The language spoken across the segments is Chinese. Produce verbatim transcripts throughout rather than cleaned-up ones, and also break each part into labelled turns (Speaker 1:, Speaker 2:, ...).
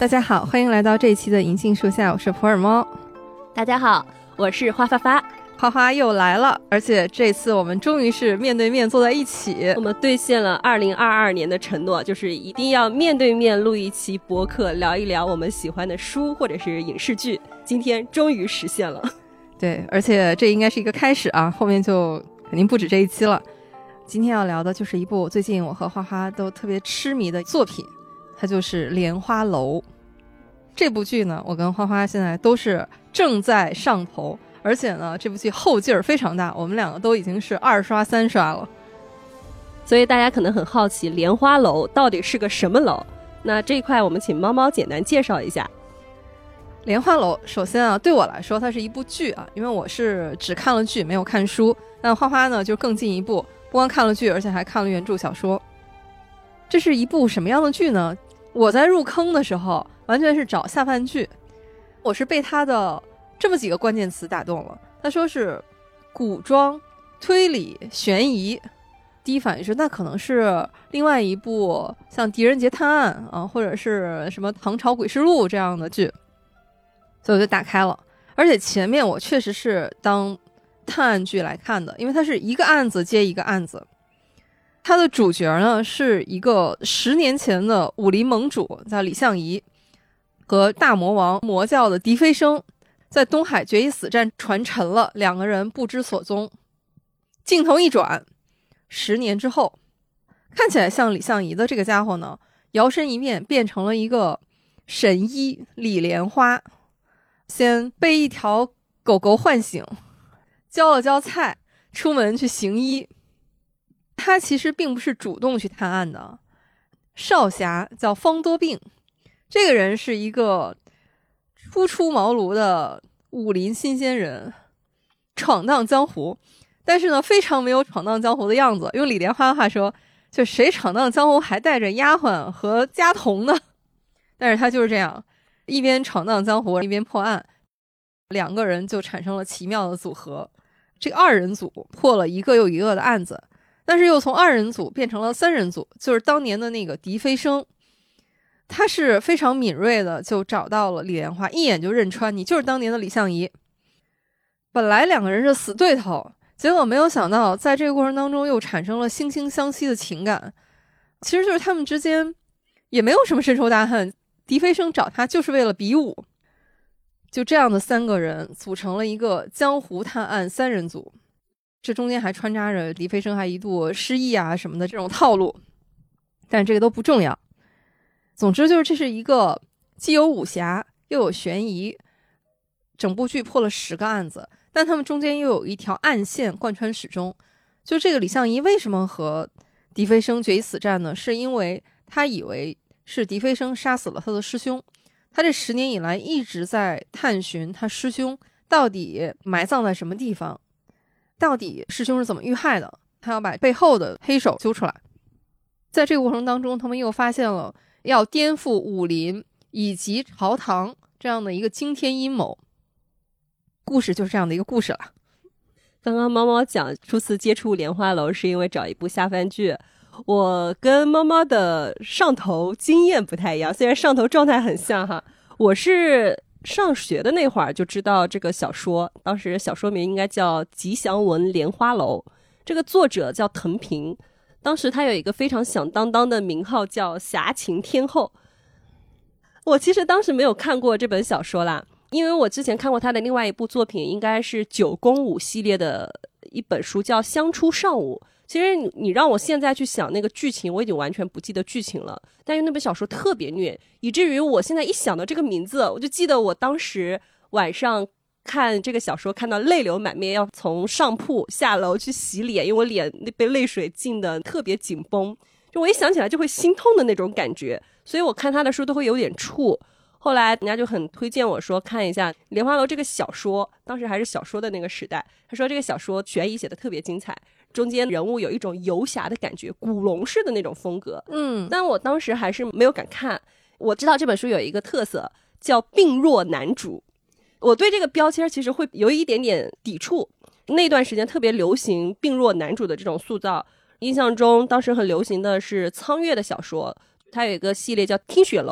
Speaker 1: 大家好，欢迎来到这一期的银杏树下，我是普洱猫。
Speaker 2: 大家好，我是花发发。
Speaker 1: 花花又来了，而且这次我们终于是面对面坐在一起，
Speaker 2: 我们兑现了二零二二年的承诺，就是一定要面对面录一期播客，聊一聊我们喜欢的书或者是影视剧。今天终于实现了。
Speaker 1: 对，而且这应该是一个开始啊，后面就肯定不止这一期了。今天要聊的就是一部最近我和花花都特别痴迷的作品，它就是《莲花楼》。这部剧呢，我跟花花现在都是正在上头，而且呢，这部剧后劲儿非常大，我们两个都已经是二刷三刷了。
Speaker 2: 所以大家可能很好奇，莲花楼到底是个什么楼？那这一块我们请猫猫简单介绍一下。
Speaker 1: 莲花楼首先啊，对我来说它是一部剧啊，因为我是只看了剧没有看书，但花花呢就更进一步，不光看了剧，而且还看了原著小说。这是一部什么样的剧呢？我在入坑的时候完全是找下饭剧，我是被它的这么几个关键词打动了。他说是古装、推理、悬疑，第一反应是那可能是另外一部像《狄仁杰探案》啊，或者是什么《唐朝诡事录》这样的剧，所以我就打开了。而且前面我确实是当探案剧来看的，因为它是一个案子接一个案子。它的主角呢是一个十年前的武林盟主，叫李相夷，和大魔王魔教的狄飞升在东海决一死战船沉了，两个人不知所踪。镜头一转，十年之后，看起来像李相夷的这个家伙呢，摇身一变变成了一个神医李莲花，先被一条狗狗唤醒，浇了浇菜，出门去行医。他其实并不是主动去探案的，少侠叫方多病，这个人是一个初出茅庐的武林新鲜人，闯荡江湖，但是呢非常没有闯荡江湖的样子。用李莲花的话说，就谁闯荡江湖还带着丫鬟和家童呢？但是他就是这样，一边闯荡江湖一边破案，两个人就产生了奇妙的组合。这个二人组破了一个又一个的案子，但是又从二人组变成了三人组，就是当年的那个狄飞升，他是非常敏锐的就找到了李莲花，一眼就认穿，你就是当年的李相夷。本来两个人是死对头，结果没有想到在这个过程当中又产生了惺惺相惜的情感。其实就是他们之间也没有什么深仇大恨，狄飞升找他就是为了比武。就这样的三个人组成了一个江湖探案三人组，这中间还穿插着狄飞升还一度失忆啊什么的这种套路，但这个都不重要。总之就是这是一个既有武侠又有悬疑，整部剧破了十个案子，但他们中间又有一条暗线贯穿始终。就这个李相夷为什么和狄飞升决一死战呢？是因为他以为是狄飞升杀死了他的师兄，他这十年以来一直在探寻他师兄到底埋葬在什么地方，到底师兄是怎么遇害的，他要把背后的黑手揪出来。在这个过程当中，他们又发现了要颠覆武林以及朝堂这样的一个惊天阴谋。故事就是这样的一个故事了。
Speaker 2: 刚刚猫猫讲初次接触莲花楼是因为找一部下饭剧，我跟猫猫的上头经验不太一样，虽然上头状态很像哈。我是上学的那会儿就知道这个小说，当时小说名应该叫《吉祥文莲花楼》，这个作者叫藤平，当时他有一个非常响当当的名号叫侠情天后。我其实当时没有看过这本小说啦，因为我之前看过他的另外一部作品，应该是九宫舞系列的一本书叫《香出上舞》。其实你你让我现在去想那个剧情，我已经完全不记得剧情了，但是那本小说特别虐，以至于我现在一想到这个名字，我就记得我当时晚上看这个小说看到泪流满面，要从上铺下楼去洗脸，因为我脸被泪水浸得特别紧绷，就我一想起来就会心痛的那种感觉，所以我看他的书都会有点怵。后来人家就很推荐我说看一下《莲花楼》这个小说，当时还是小说的那个时代，他说这个小说悬疑写得特别精彩，中间人物有一种游侠的感觉，古龙式的那种风格。嗯，但我当时还是没有敢看。我知道这本书有一个特色叫病弱男主，我对这个标签其实会有一点点抵触。那段时间特别流行病弱男主的这种塑造，印象中当时很流行的是苍月的小说，它有一个系列叫听雪楼，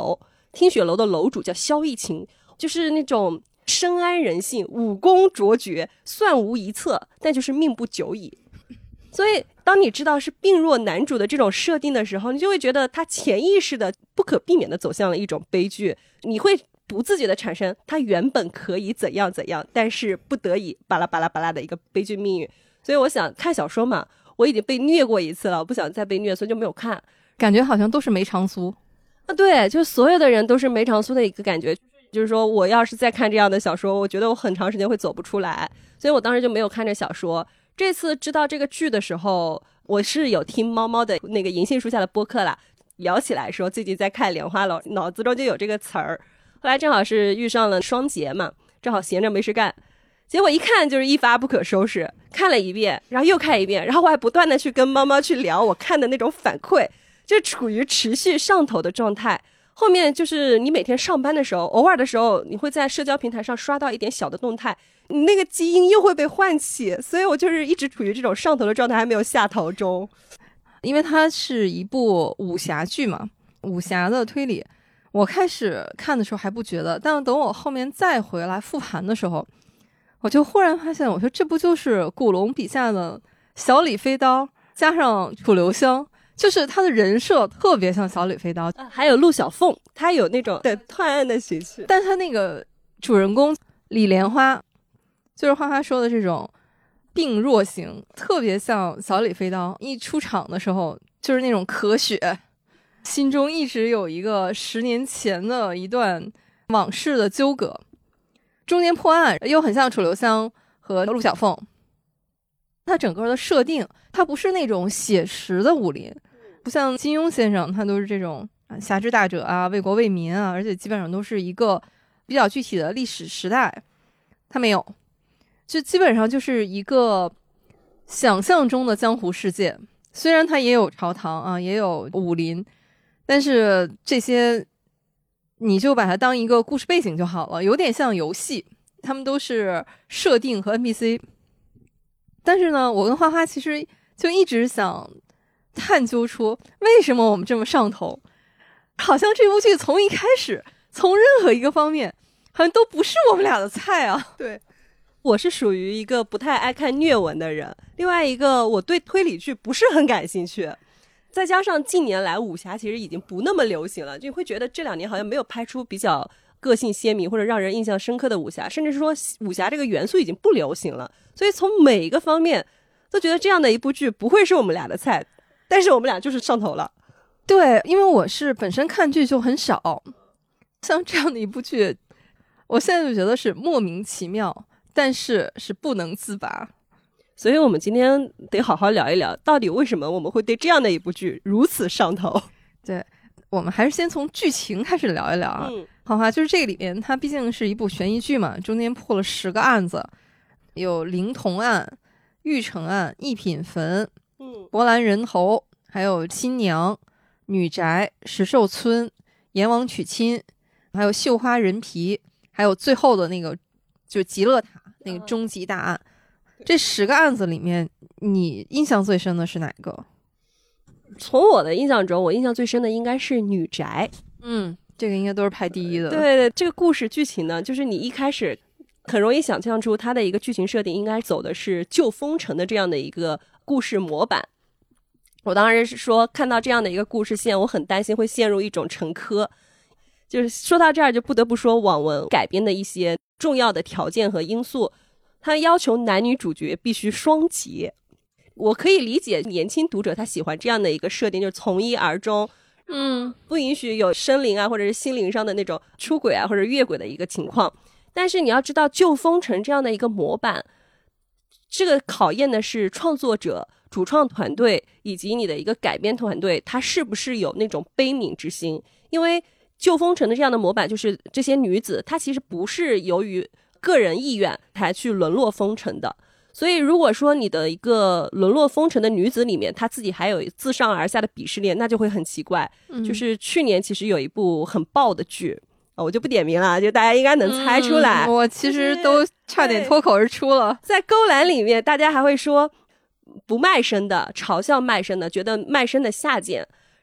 Speaker 2: 听雪楼的楼主叫萧逸勤，就是那种深谙人性，武功卓绝，算无一策，但就是命不久矣。所以当你知道是病弱男主的这种设定的时候，你就会觉得他潜意识的不可避免的走向了一种悲剧，你会不自觉的产生他原本可以怎样怎样，但是不得已巴拉巴拉巴拉的一个悲剧命运。所以我想看小说嘛，我已经被虐过一次了，我不想再被虐，所以就没有看。
Speaker 1: 感觉好像都是梅长苏
Speaker 2: 啊，对，就所有的人都是梅长苏的一个感觉，就是说我要是再看这样的小说，我觉得我很长时间会走不出来，所以我当时就没有看这小说。这次知道这个剧的时候，我是有听猫猫的那个银杏树下的播客啦，聊起来说最近在看莲花楼，脑子中就有这个词儿。后来正好是遇上了双节嘛，正好闲着没事干，结果一看就是一发不可收拾，看了一遍然后又看一遍，然后我还不断的去跟猫猫去聊我看的那种反馈，就处于持续上头的状态。后面就是你每天上班的时候，偶尔的时候你会在社交平台上刷到一点小的动态，你那个基因又会被唤起，所以我就是一直处于这种上头的状态，还没有下头中。
Speaker 1: 因为它是一部武侠剧嘛，武侠的推理，我开始看的时候还不觉得，但等我后面再回来复盘的时候，我就忽然发现，我说这不就是古龙笔下的小李飞刀加上楚留香，就是他的人设特别像小李飞刀、
Speaker 2: 啊、还有陆小凤，他有那种对探案的形式，
Speaker 1: 但他那个主人公李莲花，就是花花说的这种病弱型，特别像小李飞刀，一出场的时候就是那种咳血，心中一直有一个十年前的一段往事的纠葛，中间破案又很像楚留香和陆小凤。他整个的设定，他不是那种写实的武林，不像金庸先生，他都是这种侠之大者啊，为国为民啊，而且基本上都是一个比较具体的历史时代，他没有，就基本上就是一个想象中的江湖世界。虽然他也有朝堂啊，也有武林，但是这些你就把它当一个故事背景就好了，有点像游戏，他们都是设定和 N P C。 但是呢，我跟花花其实就一直想探究出为什么我们这么上头，好像这部剧从一开始从任何一个方面好像都不是我们俩的菜啊。
Speaker 2: 对，我是属于一个不太爱看虐文的人，另外一个我对推理剧不是很感兴趣，再加上近年来武侠其实已经不那么流行了，就会觉得这两年好像没有拍出比较个性鲜明或者让人印象深刻的武侠，甚至是说武侠这个元素已经不流行了，所以从每一个方面都觉得这样的一部剧不会是我们俩的菜，但是我们俩就是上头了。
Speaker 1: 对，因为我是本身看剧就很少，像这样的一部剧我现在就觉得是莫名其妙，但是是不能自拔。
Speaker 2: 所以我们今天得好好聊一聊，到底为什么我们会对这样的一部剧如此上头。
Speaker 1: 对，我们还是先从剧情开始聊一聊啊。
Speaker 2: 嗯，
Speaker 1: 好吧，就是这个里面它毕竟是一部悬疑剧嘛，中间破了十个案子，有灵童案、玉成案、一品坟、
Speaker 2: 嗯，
Speaker 1: 博兰人头，还有新娘、女宅、石兽村、阎王娶亲，还有绣花人皮，还有最后的那个就极乐塔那个终极大案。这十个案子里面，你印象最深的是哪个？
Speaker 2: 从我的印象中，我印象最深的应该是女宅。
Speaker 1: 嗯，这个应该都是排第一的。
Speaker 2: 对对，这个故事剧情呢，就是你一开始很容易想象出它的一个剧情设定应该走的是旧风城的这样的一个故事模板。我当时是说看到这样的一个故事线，我很担心会陷入一种沉疴。就是说到这儿，就不得不说网文改编的一些重要的条件和因素，它要求男女主角必须双结。我可以理解年轻读者他喜欢这样的一个设定，就是从一而终，
Speaker 1: 嗯，
Speaker 2: 不允许有生灵啊或者是心灵上的那种出轨啊或者越轨的一个情况。但是你要知道，旧风城这样的一个模板，这个考验的是创作者、主创团队以及你的一个改编团队，他是不是有那种悲悯之心。因为旧风城的这样的模板，就是这些女子她其实不是由于个人意愿才去沦落风尘的，所以如果说你的一个沦落风尘的女子里面，她自己还有自上而下的鄙视链，那就会很奇怪。嗯、就是去年其实有一部很爆的剧，我就不点名了，就大家应该能猜出来。
Speaker 1: 嗯、我其实都差点脱口而出了。
Speaker 2: 在勾栏里面，大家还会说不卖身的，嘲笑卖身的，觉得卖身的下贱。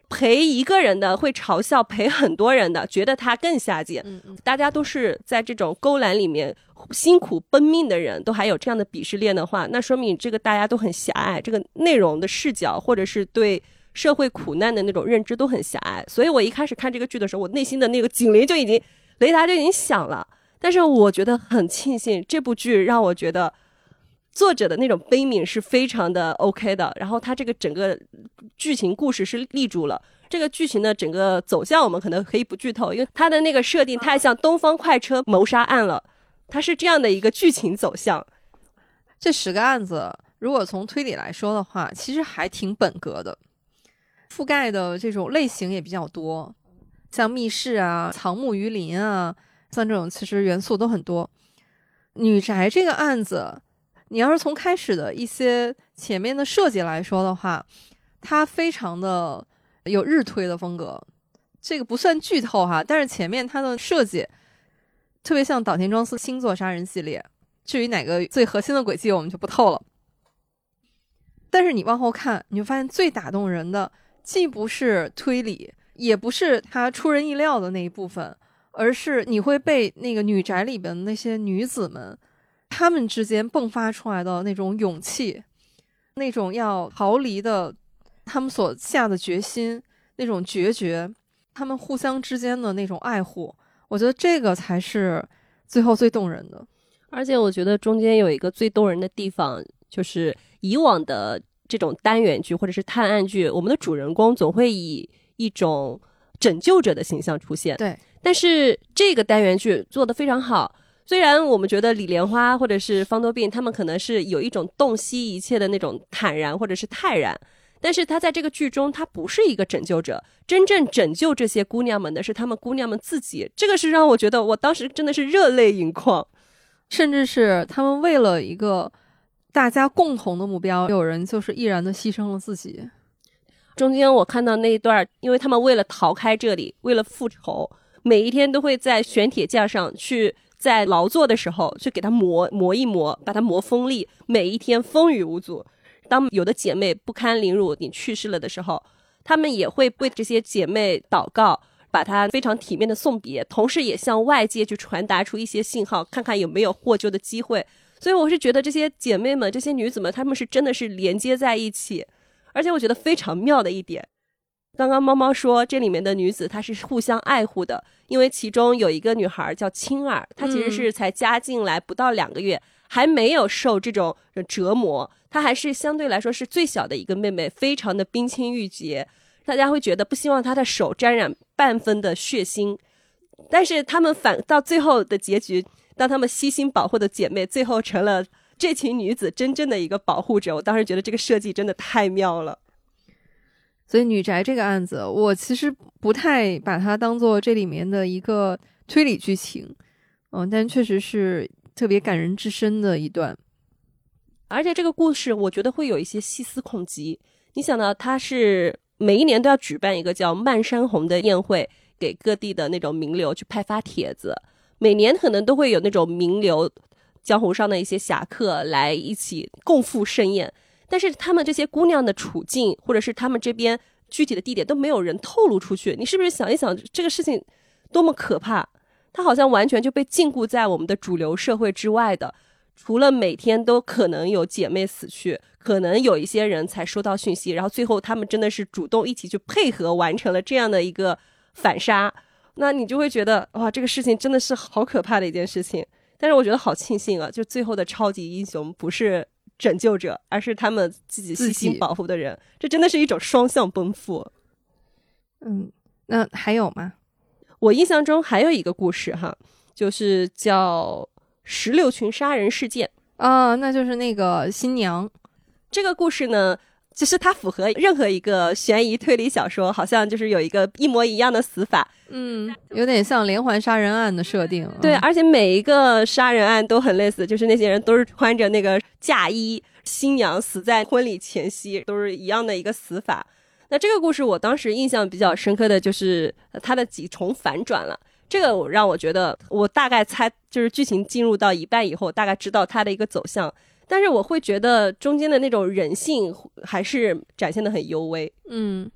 Speaker 2: 陪一个人的会嘲笑陪很多人的，觉得他更下贱。
Speaker 1: 嗯嗯，
Speaker 2: 大家都是在这种勾栏里面辛苦奔命的人，都还有这样的鄙视链的话，那说明这个大家都很狭隘，这个内容的视角或者是对社会苦难的那种认知都很狭隘。所以我一开始看这个剧的时候，我内心的那个警铃就已经雷达就已经响了。但是我觉得很庆幸，这部剧让我觉得作者的那种悲悯是非常的 OK 的，然后他这个整个剧情故事是立住了。这个剧情的整个走向我们可能可以不剧透，因为它的那个设定太像东方快车谋杀案了，它是这样的一个剧情走向。
Speaker 1: 这十个案子如果从推理来说的话，其实还挺本格的，覆盖的这种类型也比较多，像密室啊、藏木于林啊，像这种其实元素都很多。女宅这个案子，你要是从开始的一些前面的设计来说的话，它非常的有日推的风格，这个不算剧透哈，但是前面它的设计特别像岛田庄司星座杀人系列，至于哪个最核心的轨迹我们就不透了。但是你往后看，你就发现最打动人的既不是推理，也不是它出人意料的那一部分，而是你会被那个女宅里边的那些女子们她们之间迸发出来的那种勇气，那种要逃离的他们所下的决心，那种决绝，他们互相之间的那种爱护，我觉得这个才是最后最动人的。
Speaker 2: 而且我觉得中间有一个最动人的地方，就是以往的这种单元剧或者是探案剧，我们的主人公总会以一种拯救者的形象出现。
Speaker 1: 对，
Speaker 2: 但是这个单元剧做得非常好。虽然我们觉得李莲花或者是方多病他们可能是有一种洞悉一切的那种坦然或者是泰然，但是他在这个剧中他不是一个拯救者，真正拯救这些姑娘们的是他们姑娘们自己。这个是让我觉得我当时真的是热泪盈眶，
Speaker 1: 甚至是他们为了一个大家共同的目标，有人就是毅然的牺牲了自己。
Speaker 2: 中间我看到那一段，因为他们为了逃开这里，为了复仇，每一天都会在悬铁架上去，在劳作的时候去给它磨磨一磨，把它磨锋利，每一天风雨无阻。当有的姐妹不堪凌辱你去世了的时候，她们也会为这些姐妹祷告，把她非常体面的送别，同时也向外界去传达出一些信号，看看有没有获救的机会。所以我是觉得这些姐妹们，这些女子们，她们是真的是连接在一起。而且我觉得非常妙的一点，刚刚猫猫说这里面的女子她是互相爱护的，因为其中有一个女孩叫青儿，她其实是才加进来不到两个月、嗯、还没有受这种折磨，她还是相对来说是最小的一个妹妹，非常的冰清玉洁，大家会觉得不希望她的手沾染半分的血腥。但是他们反到最后的结局，当他们悉心保护的姐妹最后成了这群女子真正的一个保护者，我当时觉得这个设计真的太妙了。
Speaker 1: 所以女宅这个案子，我其实不太把它当做这里面的一个推理剧情，嗯，但确实是特别感人至深的一段。
Speaker 2: 而且这个故事我觉得会有一些细思恐极，你想到它是每一年都要举办一个叫漫山红的宴会，给各地的那种名流去派发帖子，每年可能都会有那种名流江湖上的一些侠客来一起共赴盛宴，但是他们这些姑娘的处境或者是他们这边具体的地点都没有人透露出去，你是不是想一想这个事情多么可怕，它好像完全就被禁锢在我们的主流社会之外的，除了每天都可能有姐妹死去，可能有一些人才收到讯息，然后最后他们真的是主动一起去配合完成了这样的一个反杀，那你就会觉得哇，这个事情真的是好可怕的一件事情。但是我觉得好庆幸啊，就最后的超级英雄不是拯救者，而是他们自己细心保护的人，这真的是一种双向奔赴。
Speaker 1: 嗯，那还有吗？
Speaker 2: 我印象中还有一个故事哈，就是叫石榴裙杀人事件
Speaker 1: 啊，那就是那个新娘。
Speaker 2: 这个故事呢，就是它符合任何一个悬疑推理小说，好像就是有一个一模一样的死法，
Speaker 1: 嗯，有点像连环杀人案的设定。
Speaker 2: 对，而且每一个杀人案都很类似，就是那些人都是穿着那个嫁衣，新娘死在婚礼前夕，都是一样的一个死法。那这个故事我当时印象比较深刻的就是它的几重反转了，这个让我觉得我大概猜，就是剧情进入到一半以后大概知道它的一个走向，但是我会觉得中间的那种人性还是展现得很幽微。
Speaker 1: 嗯，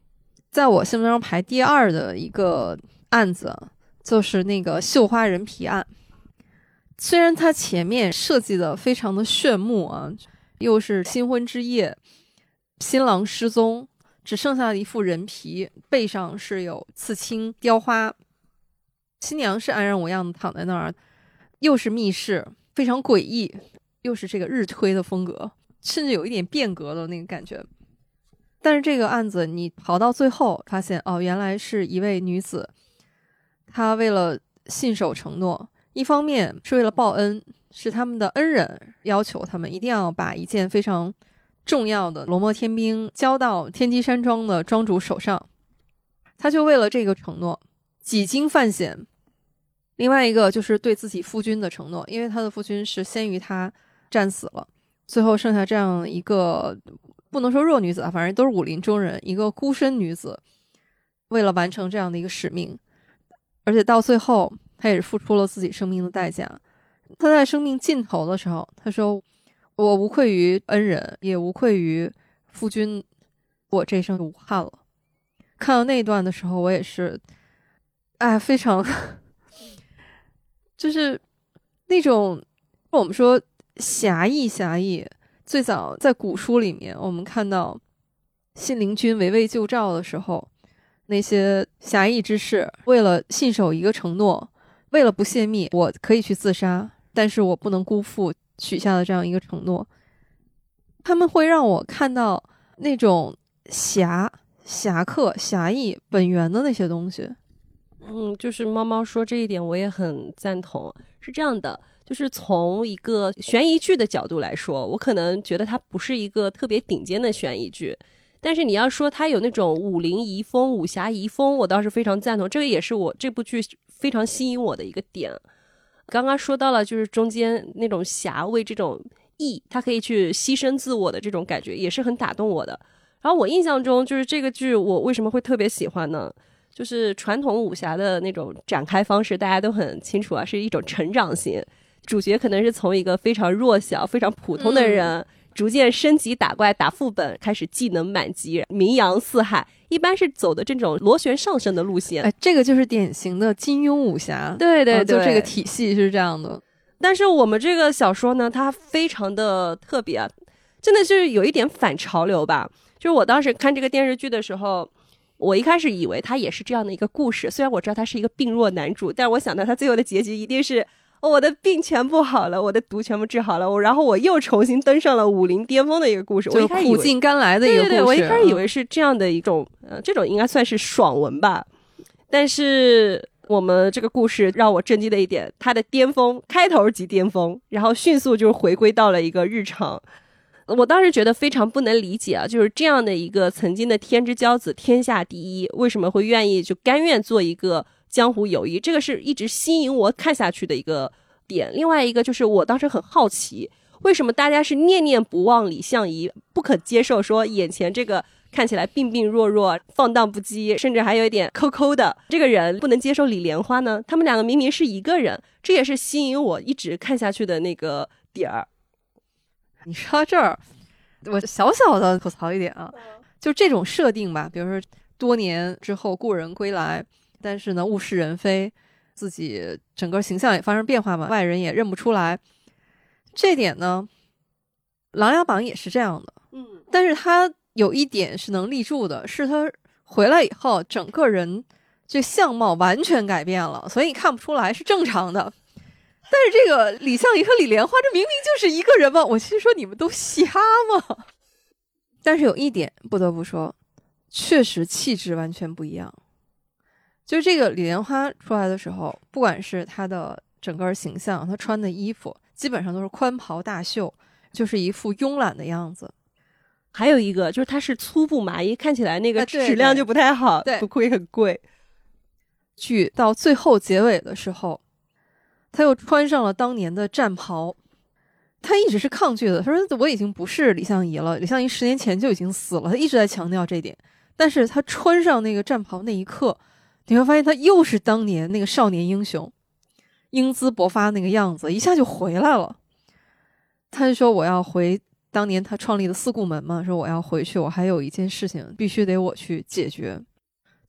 Speaker 1: 在我心目中排第二的一个案子就是那个绣花人皮案。虽然它前面设计的非常的炫目啊，又是新婚之夜，新郎失踪，只剩下了一副人皮，背上是有刺青雕花，新娘是安然无恙的躺在那儿，又是密室，非常诡异，又是这个日推的风格，甚至有一点变革的那个感觉。但是这个案子你跑到最后发现，哦，原来是一位女子，她为了信守承诺，一方面是为了报恩，是他们的恩人要求他们一定要把一件非常重要的罗摩天兵交到天机山庄的庄主手上，他就为了这个承诺几经犯险。另外一个就是对自己夫君的承诺，因为他的夫君是先于他战死了，最后剩下这样一个不能说弱女子啊，反正都是武林中人，一个孤身女子，为了完成这样的一个使命，而且到最后她也是付出了自己生命的代价。她在生命尽头的时候，她说我无愧于恩人，也无愧于夫君，我这一生无憾了。看到那一段的时候，我也是哎非常就是那种我们说侠义侠义，最早在古书里面我们看到信陵君围魏救赵的时候，那些侠义之士为了信守一个承诺，为了不泄密，我可以去自杀，但是我不能辜负许下的这样一个承诺。他们会让我看到那种侠侠客侠义本源的那些东西。
Speaker 2: 嗯，就是猫猫说这一点我也很赞同。是这样的，就是从一个悬疑剧的角度来说，我可能觉得它不是一个特别顶尖的悬疑剧，但是你要说它有那种武林遗风武侠遗风，我倒是非常赞同，这个也是我这部剧非常吸引我的一个点。刚刚说到了就是中间那种侠为这种义，他可以去牺牲自我的这种感觉也是很打动我的。然后我印象中就是这个剧我为什么会特别喜欢呢，就是传统武侠的那种展开方式大家都很清楚啊，是一种成长型，主角可能是从一个非常弱小非常普通的人、嗯、逐渐升级打怪打副本，开始技能满级名扬四海，一般是走的这种螺旋上升的路线。
Speaker 1: 哎，这个就是典型的金庸武侠，
Speaker 2: 对对对、
Speaker 1: 哦、就这个体系是这样的。
Speaker 2: 但是我们这个小说呢，它非常的特别啊，真的是有一点反潮流吧。就是我当时看这个电视剧的时候，我一开始以为它也是这样的一个故事，虽然我知道他是一个病弱男主，但是我想到他最后的结局一定是、哦、我的病全部好了，我的毒全部治好了，我然后我又重新登上了武林巅峰的一个故事，
Speaker 1: 就苦尽甘来的一个故事。
Speaker 2: 对对对，我一开始以为是这样的一种、呃、这种应该算是爽文吧。但是我们这个故事让我震惊的一点，它的巅峰开头即巅峰，然后迅速就回归到了一个日常。我当时觉得非常不能理解啊，就是这样的一个曾经的天之骄子天下第一，为什么会愿意就甘愿做一个江湖游医，这个是一直吸引我看下去的一个点。另外一个就是我当时很好奇，为什么大家是念念不忘李相夷，不可接受说眼前这个看起来病病弱弱放荡不羁甚至还有一点抠抠的这个人不能接受李莲花呢？他们两个明明是一个人，这也是吸引我一直看下去的那个点儿。
Speaker 1: 你说到这儿，我小小的吐槽一点啊，就这种设定吧，比如说多年之后故人归来，但是呢物是人非，自己整个形象也发生变化嘛，外人也认不出来。这点呢，《琅琊榜》也是这样的，
Speaker 2: 嗯，
Speaker 1: 但是他有一点是能立住的，是他回来以后整个人这相貌完全改变了，所以你看不出来是正常的。但是这个李相夷和李莲花这明明就是一个人嘛，我心说你们都瞎吗？但是有一点不得不说，确实气质完全不一样。就是这个李莲花出来的时候，不管是她的整个形象，她穿的衣服基本上都是宽袍大袖，就是一副慵懒的样子。
Speaker 2: 还有一个就是它是粗布麻衣，看起来那个质量就不太好，
Speaker 1: 对，
Speaker 2: 不愧很贵。
Speaker 1: 剧到最后结尾的时候，他又穿上了当年的战袍，他一直是抗拒的，他说我已经不是李相夷了，李相夷十年前就已经死了，他一直在强调这一点。但是他穿上那个战袍那一刻，你会发现他又是当年那个少年英雄英姿勃发那个样子，一下就回来了。他就说我要回当年他创立的四顾门嘛，说我要回去，我还有一件事情必须得我去解决。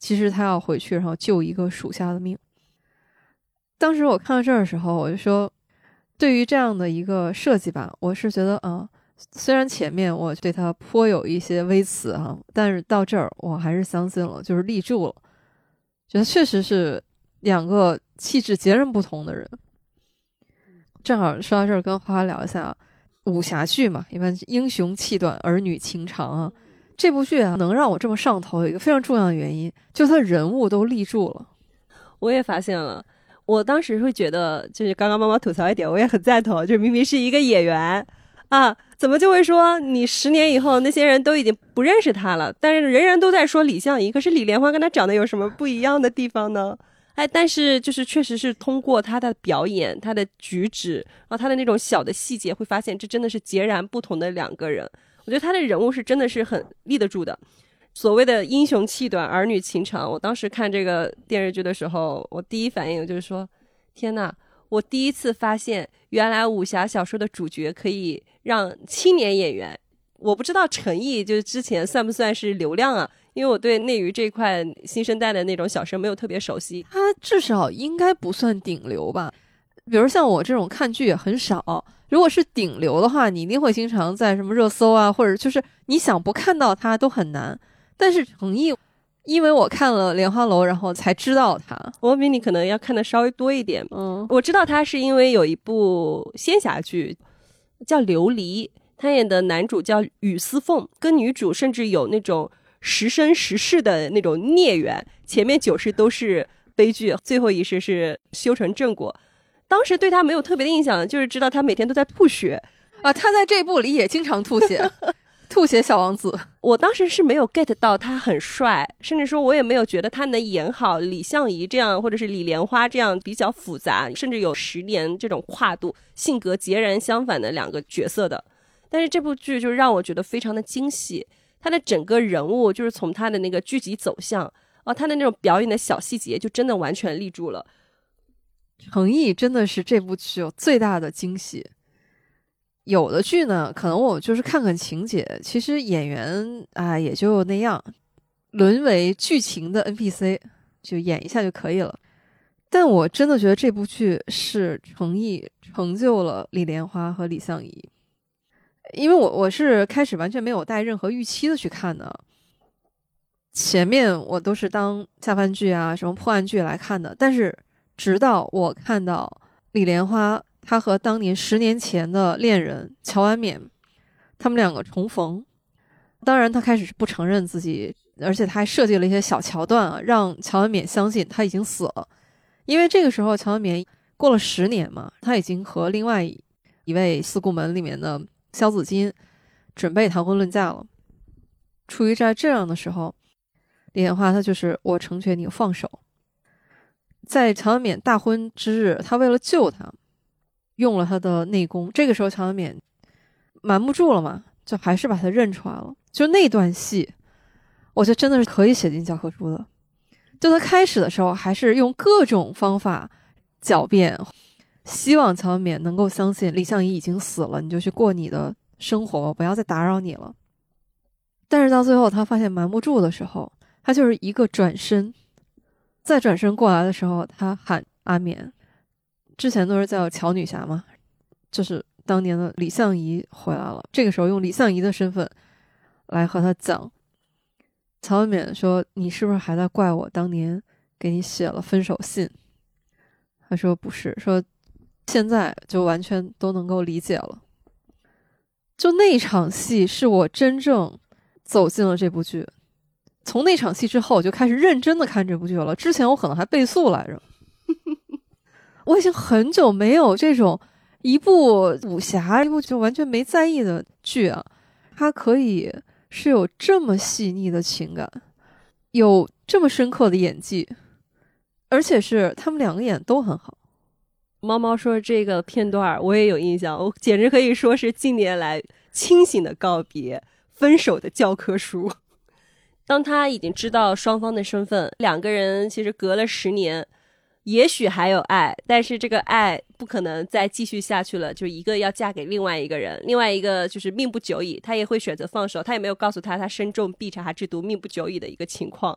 Speaker 1: 其实他要回去然后救一个属下的命。当时我看到这儿的时候，我就说对于这样的一个设计吧，我是觉得啊、呃，虽然前面我对他颇有一些微词啊，但是到这儿我还是相信了，就是立住了，觉得确实是两个气质截然不同的人。正好说到这儿，跟花花聊一下武侠剧嘛，一般英雄气短，儿女情长啊。这部剧啊，能让我这么上头，有一个非常重要的原因，就是他人物都立住了。
Speaker 2: 我也发现了，我当时会觉得，就是刚刚妈妈吐槽一点，我也很赞同，就是明明是一个演员啊，怎么就会说你十年以后那些人都已经不认识他了，但是人人都在说李相夷，可是李莲花跟他长得有什么不一样的地方呢？哎，但是就是确实是通过他的表演，他的举止，然后他的那种小的细节，会发现这真的是截然不同的两个人。我觉得他的人物是真的是很立得住的。所谓的英雄气短，儿女情长，我当时看这个电视剧的时候，我第一反应就是说，天哪，我第一次发现原来武侠小说的主角可以让青年演员，我不知道陈毅就是之前算不算是流量啊，因为我对内娱这一块新生代的那种小生没有特别熟悉。
Speaker 1: 他至少应该不算顶流吧，比如像我这种看剧也很少，如果是顶流的话，你一定会经常在什么热搜啊，或者就是你想不看到他都很难。但是程毅，因为我看了《莲花楼》，然后才知道他。
Speaker 2: 我比你可能要看的稍微多一点。
Speaker 1: 嗯，
Speaker 2: 我知道他是因为有一部仙侠剧叫《琉璃》，他演的男主叫雨丝凤，跟女主甚至有那种时生时世的那种孽缘，前面九世都是悲剧，最后一世是修成正果。当时对他没有特别的印象，就是知道他每天都在吐血
Speaker 1: 啊，他在这部里也经常吐血吐血小王子。
Speaker 2: 我当时是没有 get 到他很帅，甚至说我也没有觉得他能演好李相夷这样，或者是李莲花这样比较复杂，甚至有十年这种跨度，性格截然相反的两个角色的。但是这部剧就让我觉得非常的惊喜，他的整个人物就是从他的那个剧集走向啊，他的那种表演的小细节就真的完全立住了。
Speaker 1: 程毅真的是这部剧有最大的惊喜。有的剧呢，可能我就是看看情节，其实演员啊也就那样，沦为剧情的 N P C， 就演一下就可以了。但我真的觉得这部剧是程毅成就了李莲花和李相夷，因为我我是开始完全没有带任何预期的去看的，前面我都是当下饭剧啊什么破案剧来看的，但是直到我看到李莲花他和当年十年前的恋人乔安冕他们两个重逢，当然他开始是不承认自己，而且他还设计了一些小桥段啊，让乔安冕相信他已经死了。因为这个时候乔安冕过了十年嘛，他已经和另外一位四顾门里面的萧子金准备谈婚论嫁了。处于在这样的时候，李莲花他就是我成全你放手。在乔安冕大婚之日，他为了救他用了他的内功，这个时候乔安冕瞒不住了嘛，就还是把他认出来了。就那段戏我觉得真的是可以写进教科书的。就他开始的时候还是用各种方法狡辩，希望乔安冕能够相信李相夷已经死了，你就去过你的生活吧，不要再打扰你了。但是到最后他发现瞒不住的时候，他就是一个转身，再转身过来的时候，他喊阿冕，之前都是叫乔女侠嘛，就是当年的李相夷回来了，这个时候用李相夷的身份来和他讲。乔安冕说，你是不是还在怪我当年给你写了分手信？他说不是，说现在就完全都能够理解了。就那场戏是我真正走进了这部剧，从那场戏之后我就开始认真的看这部剧了，之前我可能还背诵来着。我已经很久没有这种一部武侠一部就完全没在意的剧啊，它可以是有这么细腻的情感，有这么深刻的演技，而且是他们两个演都很好。
Speaker 2: 猫猫说这个片段我也有印象，我简直可以说是近年来清醒的告别，分手的教科书。当他已经知道双方的身份，两个人其实隔了十年，也许还有爱，但是这个爱不可能再继续下去了，就一个要嫁给另外一个人，另外一个就是命不久矣，他也会选择放手，他也没有告诉他他身中必察之毒命不久矣的一个情况。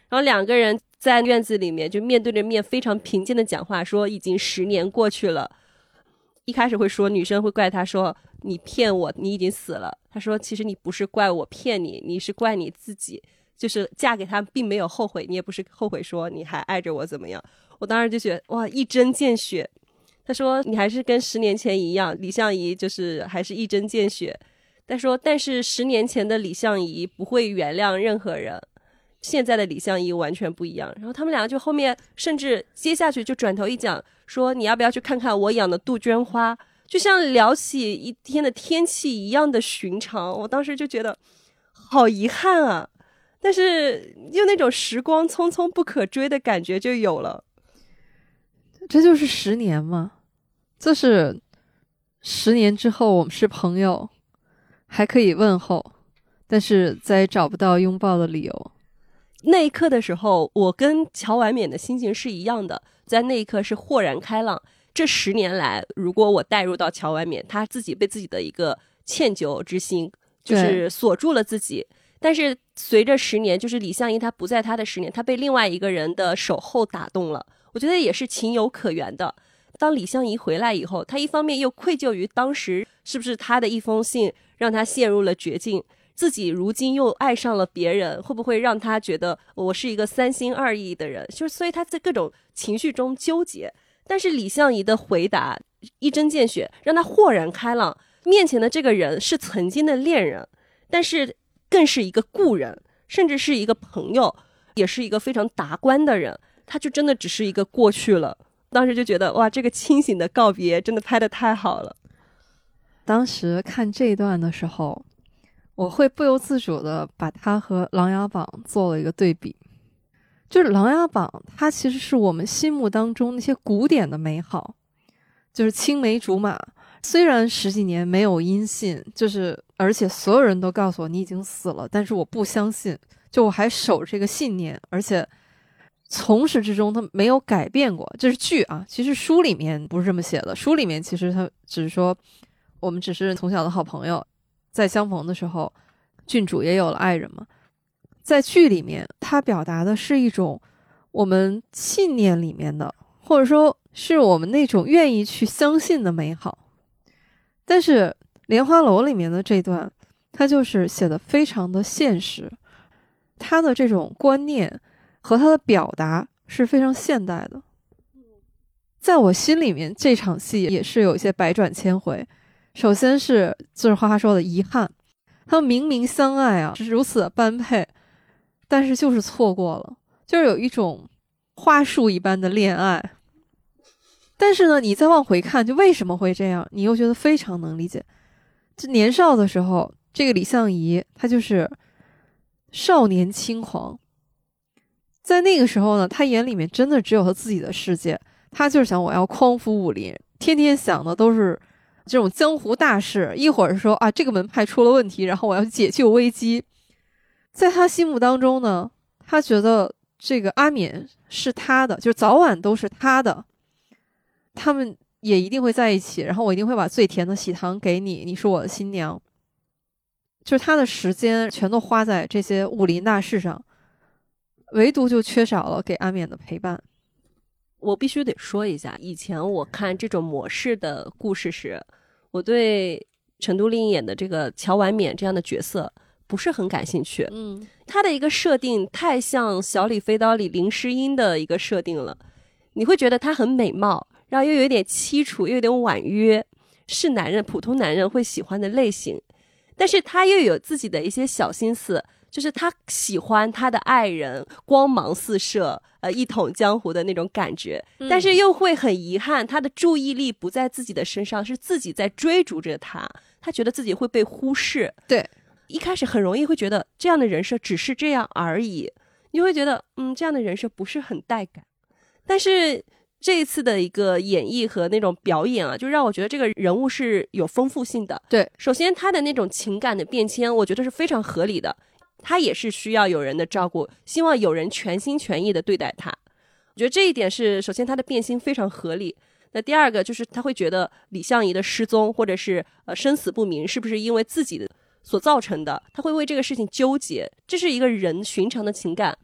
Speaker 2: 然后两个人在院子里面就面对着面非常平静的讲话，说已经十年过去了。一开始会说女生会怪他说你骗我，你已经死了。他说其实你不是怪我骗你，你是怪你自己，就是嫁给他并没有后悔，你也不是后悔说你还爱着我怎么样。我当时就觉得哇，一针见血。他说你还是跟十年前一样，李相夷就是还是一针见血。他说但是十年前的李相夷不会原谅任何人，现在的李相夷完全不一样。然后他们两个就后面甚至接下去就转头一讲说你要不要去看看我养的杜鹃花，就像聊起一天的天气一样的寻常。我当时就觉得好遗憾啊，但是就那种时光匆匆不可追的感觉就有了。
Speaker 1: 这就是十年嘛，就是十年之后我们是朋友，还可以问候，但是再也找不到拥抱的理由。
Speaker 2: 那一刻的时候我跟乔婉冕的心情是一样的，在那一刻是豁然开朗。这十年来如果我带入到乔婉冕，她自己被自己的一个歉疚之心就是锁住了自己，但是随着十年，就是李相夷她不在她的十年，她被另外一个人的守候打动了，我觉得也是情有可原的。当李相夷回来以后，她一方面又愧疚于当时是不是她的一封信让她陷入了绝境，自己如今又爱上了别人，会不会让她觉得我是一个三心二意的人，就是所以她在各种情绪中纠结。但是李相夷的回答一针见血，让她豁然开朗，面前的这个人是曾经的恋人，但是更是一个故人，甚至是一个朋友，也是一个非常达观的人，他就真的只是一个过去了。当时就觉得哇，这个清醒的告别真的拍得太好了。
Speaker 1: 当时看这一段的时候，我会不由自主的把它和《琅琊榜》做了一个对比。就是《琅琊榜》它其实是我们心目当中那些古典的美好，就是青梅竹马，虽然十几年没有音信，就是而且所有人都告诉我你已经死了，但是我不相信，就我还守这个信念，而且从始至终他没有改变过。这是剧啊，其实书里面不是这么写的，书里面其实他只是说我们只是从小的好朋友，在相逢的时候郡主也有了爱人嘛。在剧里面他表达的是一种我们信念里面的，或者说是我们那种愿意去相信的美好。但是莲花楼里面的这段他就是写的非常的现实，他的这种观念和他的表达是非常现代的。在我心里面这场戏也是有一些百转千回。首先是就是花花说的遗憾，他们明明相爱啊，是如此的般配，但是就是错过了，就是有一种花束一般的恋爱。但是呢你再往回看，就为什么会这样，你又觉得非常能理解。就年少的时候，这个李相夷他就是少年轻狂，在那个时候呢，他眼里面真的只有他自己的世界，他就是想我要匡扶武林，天天想的都是这种江湖大事，一会儿说啊这个门派出了问题，然后我要解救危机。在他心目当中呢，他觉得这个阿冕是他的，就早晚都是他的，他们也一定会在一起，然后我一定会把最甜的喜糖给你，你是我的新娘。就是他的时间全都花在这些武林大事上，唯独就缺少了给阿冕的陪伴。
Speaker 2: 我必须得说一下，以前我看这种模式的故事时，我对陈都灵演的这个乔婉冕这样的角色不是很感兴趣。
Speaker 1: 嗯，
Speaker 2: 他的一个设定太像小李飞刀里林诗音的一个设定了，你会觉得他很美貌，然后又有点凄楚，又有点婉约，是男人普通男人会喜欢的类型。但是他又有自己的一些小心思，就是他喜欢他的爱人光芒四射，呃，一统江湖的那种感觉，
Speaker 1: 嗯、
Speaker 2: 但是又会很遗憾他的注意力不在自己的身上，是自己在追逐着他，他觉得自己会被忽视。
Speaker 1: 对，
Speaker 2: 一开始很容易会觉得这样的人设只是这样而已，你会觉得嗯，这样的人设不是很带感。但是这一次的一个演绎和那种表演啊，就让我觉得这个人物是有丰富性的。
Speaker 1: 对，
Speaker 2: 首先他的那种情感的变迁我觉得是非常合理的，他也是需要有人的照顾，希望有人全心全意的对待他，我觉得这一点是首先他的变心非常合理。那第二个就是他会觉得李相夷的失踪或者是呃生死不明是不是因为自己的所造成的，他会为这个事情纠结，这是一个人寻常的情感。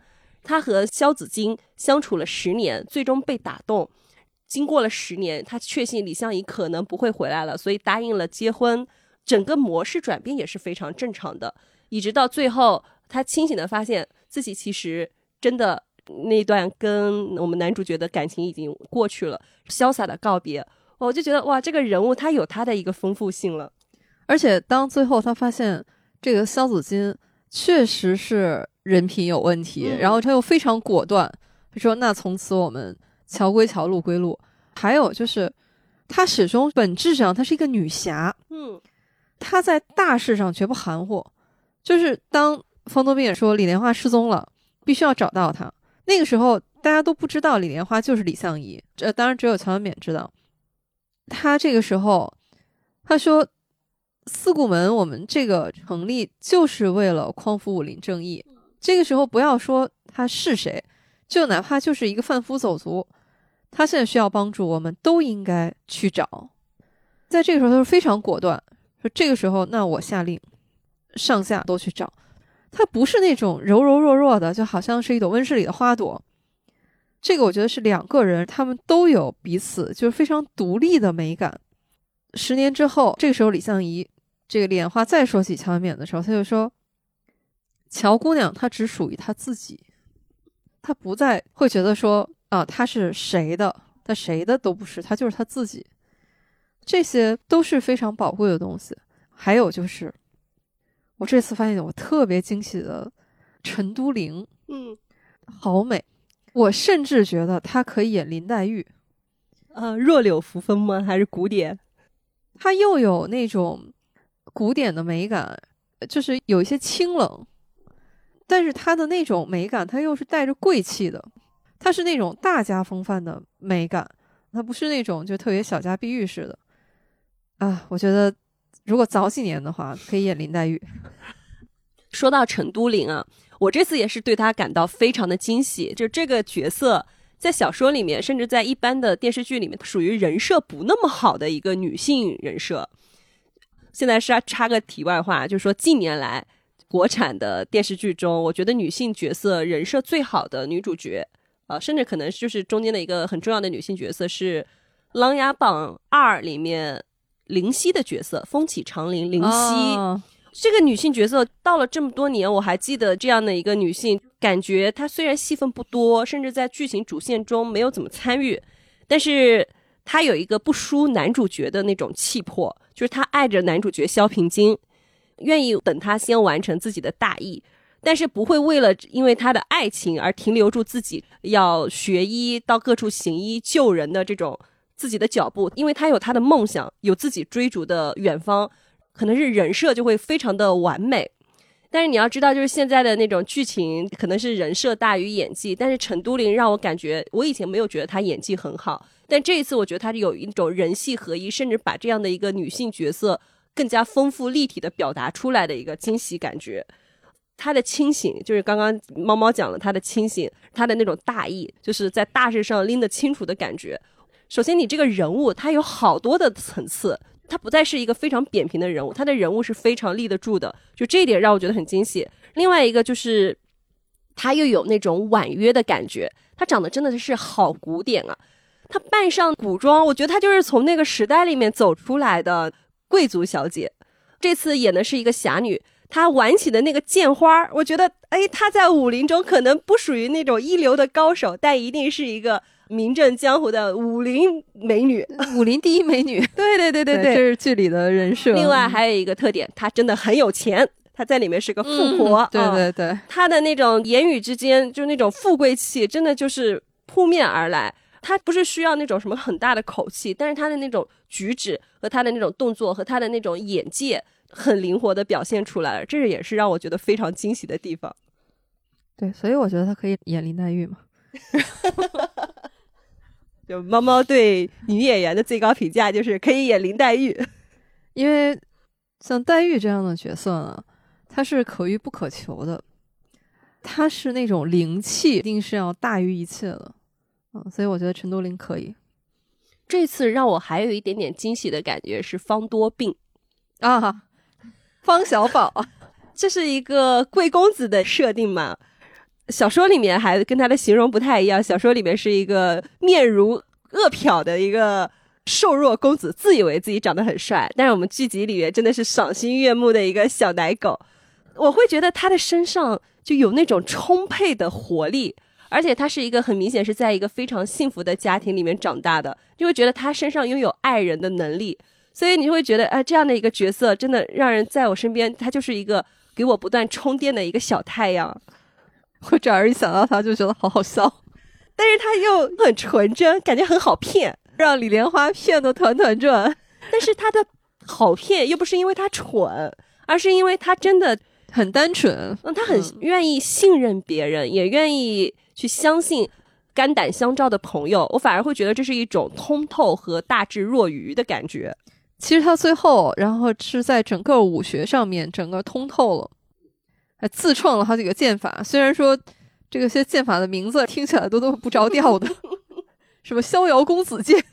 Speaker 2: 他和萧子衿相处了十年，最终被打动。经过了十年，他确信李相夷可能不会回来了，所以答应了结婚。整个模式转变也是非常正常的，一直到最后，他清醒的发现自己其实真的那段跟我们男主角的感情已经过去了，潇洒的告别。我就觉得哇，这个人物他有他的一个丰富性了。
Speaker 1: 而且当最后他发现这个萧子衿确实是人品有问题、嗯、然后他又非常果断，他说那从此我们桥归桥，路归路。还有就是他始终本质上他是一个女侠，
Speaker 2: 嗯，
Speaker 1: 他在大事上绝不含糊。就是当方多斌说李莲花失踪了，必须要找到她，那个时候大家都不知道李莲花就是李相夷，这当然只有乔文冕知道。他这个时候他说四顾门我们这个成立就是为了匡扶武林正义，这个时候不要说他是谁，就哪怕就是一个贩夫走卒，他现在需要帮助，我们都应该去找。在这个时候他是非常果断，说这个时候那我下令上下都去找。他不是那种柔柔弱弱的，就好像是一朵温室里的花朵。这个我觉得是两个人他们都有彼此就是非常独立的美感。十年之后，这个时候李相夷这个李莲花再说起乔文冕的时候，他就说乔姑娘她只属于她自己，她不再会觉得说啊她是谁的，她谁的都不是，她就是她自己。这些都是非常宝贵的东西。还有就是我这次发现我特别惊喜的陈都灵，
Speaker 2: 嗯，
Speaker 1: 好美。我甚至觉得她可以演林黛玉。
Speaker 2: 呃，弱柳扶风吗？还是古典？
Speaker 1: 她又有那种古典的美感，就是有一些清冷，但是她的那种美感她又是带着贵气的，她是那种大家风范的美感，她不是那种就特别小家碧玉似的啊。我觉得如果早几年的话可以演林黛玉。
Speaker 2: 说到陈都灵啊，我这次也是对她感到非常的惊喜，就这个角色在小说里面甚至在一般的电视剧里面属于人设不那么好的一个女性人设。现在是要插个题外话，就是说近年来国产的电视剧中，我觉得女性角色人设最好的女主角呃，甚至可能就是中间的一个很重要的女性角色是《琅琊榜二》里面灵犀的角色，风起长林灵犀、哦、这个女性角色到了这么多年，我还记得这样的一个女性，感觉她虽然戏份不多，甚至在剧情主线中没有怎么参与，但是她有一个不输男主角的那种气魄，就是她爱着男主角萧平津，愿意等他先完成自己的大义，但是不会为了因为他的爱情而停留住自己要学医到各处行医救人的这种自己的脚步，因为他有他的梦想，有自己追逐的远方，可能是人设就会非常的完美。但是你要知道，就是现在的那种剧情可能是人设大于演技，但是陈都灵让我感觉，我以前没有觉得她演技很好，但这一次我觉得她有一种人戏合一，甚至把这样的一个女性角色更加丰富立体的表达出来的一个惊喜感觉。她的清醒，就是刚刚猫猫讲了她的清醒，她的那种大义，就是在大事上拎得清楚的感觉。首先你这个人物她有好多的层次，她不再是一个非常扁平的人物，她的人物是非常立得住的，就这一点让我觉得很惊喜。另外一个就是她又有那种婉约的感觉，她长得真的是好古典啊，她扮上古装，我觉得她就是从那个时代里面走出来的贵族小姐。这次演的是一个侠女，她玩起的那个剑花，我觉得哎，她在武林中可能不属于那种一流的高手，但一定是一个名震江湖的武林美女，
Speaker 1: 武林第一美女。
Speaker 2: 对对对对 对, 对，
Speaker 1: 这是剧里的人设。
Speaker 2: 另外还有一个特点，她真的很有钱，她在里面是个富婆、
Speaker 1: 嗯、对对对、哦、
Speaker 2: 她的那种言语之间就那种富贵气真的就是扑面而来，她不是需要那种什么很大的口气，但是她的那种举止和她的那种动作和她的那种眼界很灵活的表现出来了，这也是让我觉得非常惊喜的地方。
Speaker 1: 对，所以我觉得她可以演林黛玉嘛。
Speaker 2: 就猫猫对女演员的最高评价就是可以演林黛玉，
Speaker 1: 因为像黛玉这样的角色呢，她是可遇不可求的，她是那种灵气一定是要大于一切的、嗯、所以我觉得陈都灵可以。
Speaker 2: 这次让我还有一点点惊喜的感觉是方多病
Speaker 1: 啊，方小宝，
Speaker 2: 这是一个贵公子的设定嘛， 小说里面还跟他的形容不太一样，小说里面是一个面如恶殍的一个瘦弱公子，自以为自己长得很帅，但是我们剧集里面真的是赏心悦目的一个小奶狗。我会觉得他的身上就有那种充沛的活力，而且他是一个很明显是在一个非常幸福的家庭里面长大的，就会觉得他身上拥有爱人的能力，所以你会觉得哎、呃，这样的一个角色真的让人在我身边，他就是一个给我不断充电的一个小太阳。
Speaker 1: 我这儿一想到他就觉得好好笑，
Speaker 2: 但是他又很纯真，感觉很好骗，
Speaker 1: 让李莲花骗得团团转。
Speaker 2: 但是他的好骗又不是因为他蠢，而是因为他真的
Speaker 1: 很单纯，
Speaker 2: 嗯，他很愿意信任别人、嗯、也愿意去相信肝胆相照的朋友。我反而会觉得这是一种通透和大智若愚的感觉。
Speaker 1: 其实他最后然后是在整个武学上面整个通透了，还自创了好几个剑法，虽然说这个些剑法的名字听起来都都不着调的什么逍遥公子剑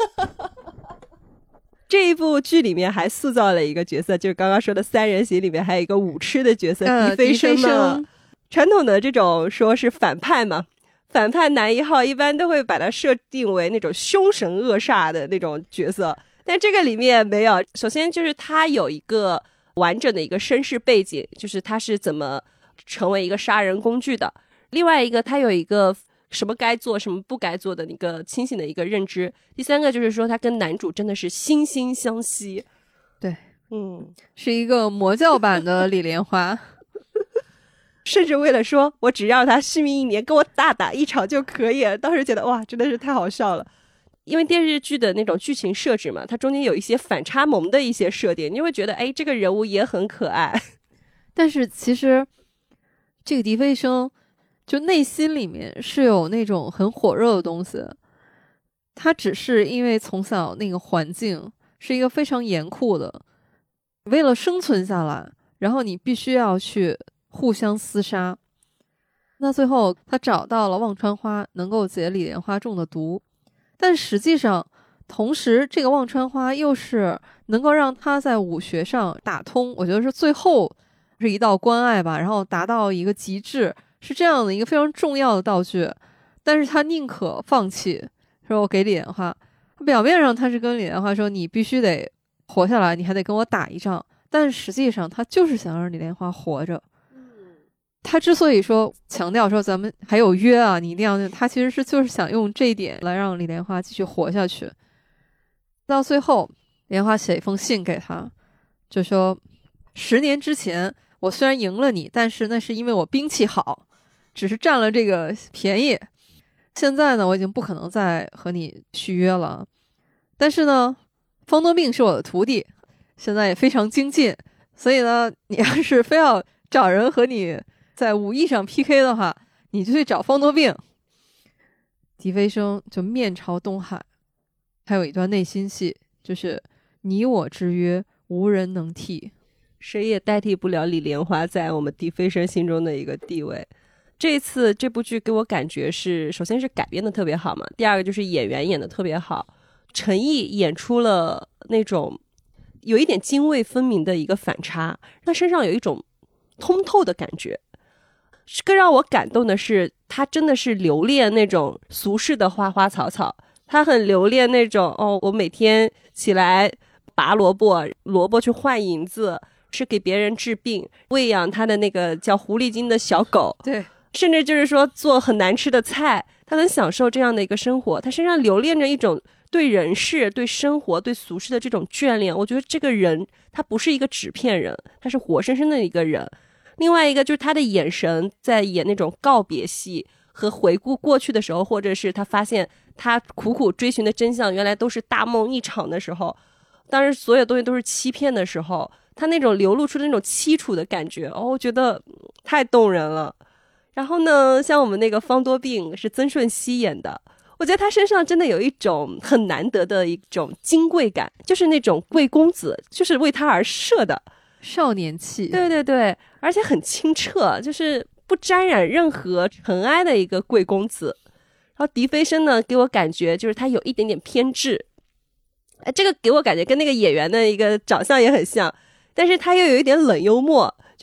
Speaker 2: 这一部剧里面还塑造了一个角色，就是刚刚说的三人行里面还有一个舞痴的角色、
Speaker 1: 呃、
Speaker 2: 狄飞升嘛。传统的这种说是反派嘛，反派男一号一般都会把它设定为那种凶神恶煞的那种角色，但这个里面没有。首先就是他有一个完整的一个身世背景，就是他是怎么成为一个杀人工具的。另外一个他有一个什么该做什么不该做的一个清醒的一个认知。第三个就是说他跟男主真的是惺惺相惜。
Speaker 1: 对，
Speaker 2: 嗯，
Speaker 1: 是一个魔教版的李莲花
Speaker 2: 甚至为了说我只要他续命一年跟我大打一场就可以了，当时觉得哇真的是太好笑了。因为电视剧的那种剧情设置嘛，它中间有一些反差萌的一些设定，你会觉得哎，这个人物也很可爱。
Speaker 1: 但是其实这个狄飞升就内心里面是有那种很火热的东西，他只是因为从小那个环境是一个非常严酷的，为了生存下来，然后你必须要去互相厮杀。那最后他找到了忘川花，能够解李莲花中的毒，但实际上同时这个忘川花又是能够让他在武学上打通，我觉得是最后是一道关隘吧，然后达到一个极致，是这样的一个非常重要的道具。但是他宁可放弃，说我给李莲花，表面上他是跟李莲花说你必须得活下来，你还得跟我打一仗，但实际上他就是想让李莲花活着。他之所以说强调说咱们还有约啊，你一定要，他其实是就是想用这一点来让李莲花继续活下去。到最后李莲花写一封信给他，就说十年之前我虽然赢了你，但是那是因为我兵器好，只是占了这个便宜。现在呢我已经不可能再和你续约了，但是呢方多病是我的徒弟，现在也非常精进，所以呢你要是非要找人和你在武艺上 P K 的话，你就去找方多病。狄飞升就面朝东海，还有一段内心戏，就是你我之约无人能替，
Speaker 2: 谁也代替不了李莲花在我们狄飞升心中的一个地位。这一次这部剧给我感觉是，首先是改编的特别好嘛，第二个就是演员演的特别好，陈毅演出了那种有一点泾渭分明的一个反差，他身上有一种通透的感觉。更让我感动的是他真的是留恋那种俗世的花花草草，他很留恋那种哦，我每天起来拔萝卜，萝卜去换银子，是给别人治病，喂养他的那个叫狐狸精的小狗，
Speaker 1: 对，
Speaker 2: 甚至就是说做很难吃的菜，他很享受这样的一个生活。他身上留恋着一种对人世、对生活、对俗世的这种眷恋。我觉得这个人他不是一个纸片人，他是活生生的一个人。另外一个就是他的眼神，在演那种告别戏和回顾过去的时候，或者是他发现他苦苦追寻的真相原来都是大梦一场的时候，当时所有东西都是欺骗的时候，他那种流露出的那种凄楚的感觉，哦，我觉得太动人了。然后呢，像我们那个方多病是曾舜晞演的，我觉得他身上真的有一种很难得的一种金贵感，就是那种贵公子，就是为他而设的
Speaker 1: 少年气。
Speaker 2: 对对对，而且很清澈，就是不沾染任何尘埃的一个贵公子。然后狄飞升呢，给我感觉就是他有一点点偏执，哎，这个给我感觉跟那个演员的一个长相也很像，但是他又有一点冷幽默，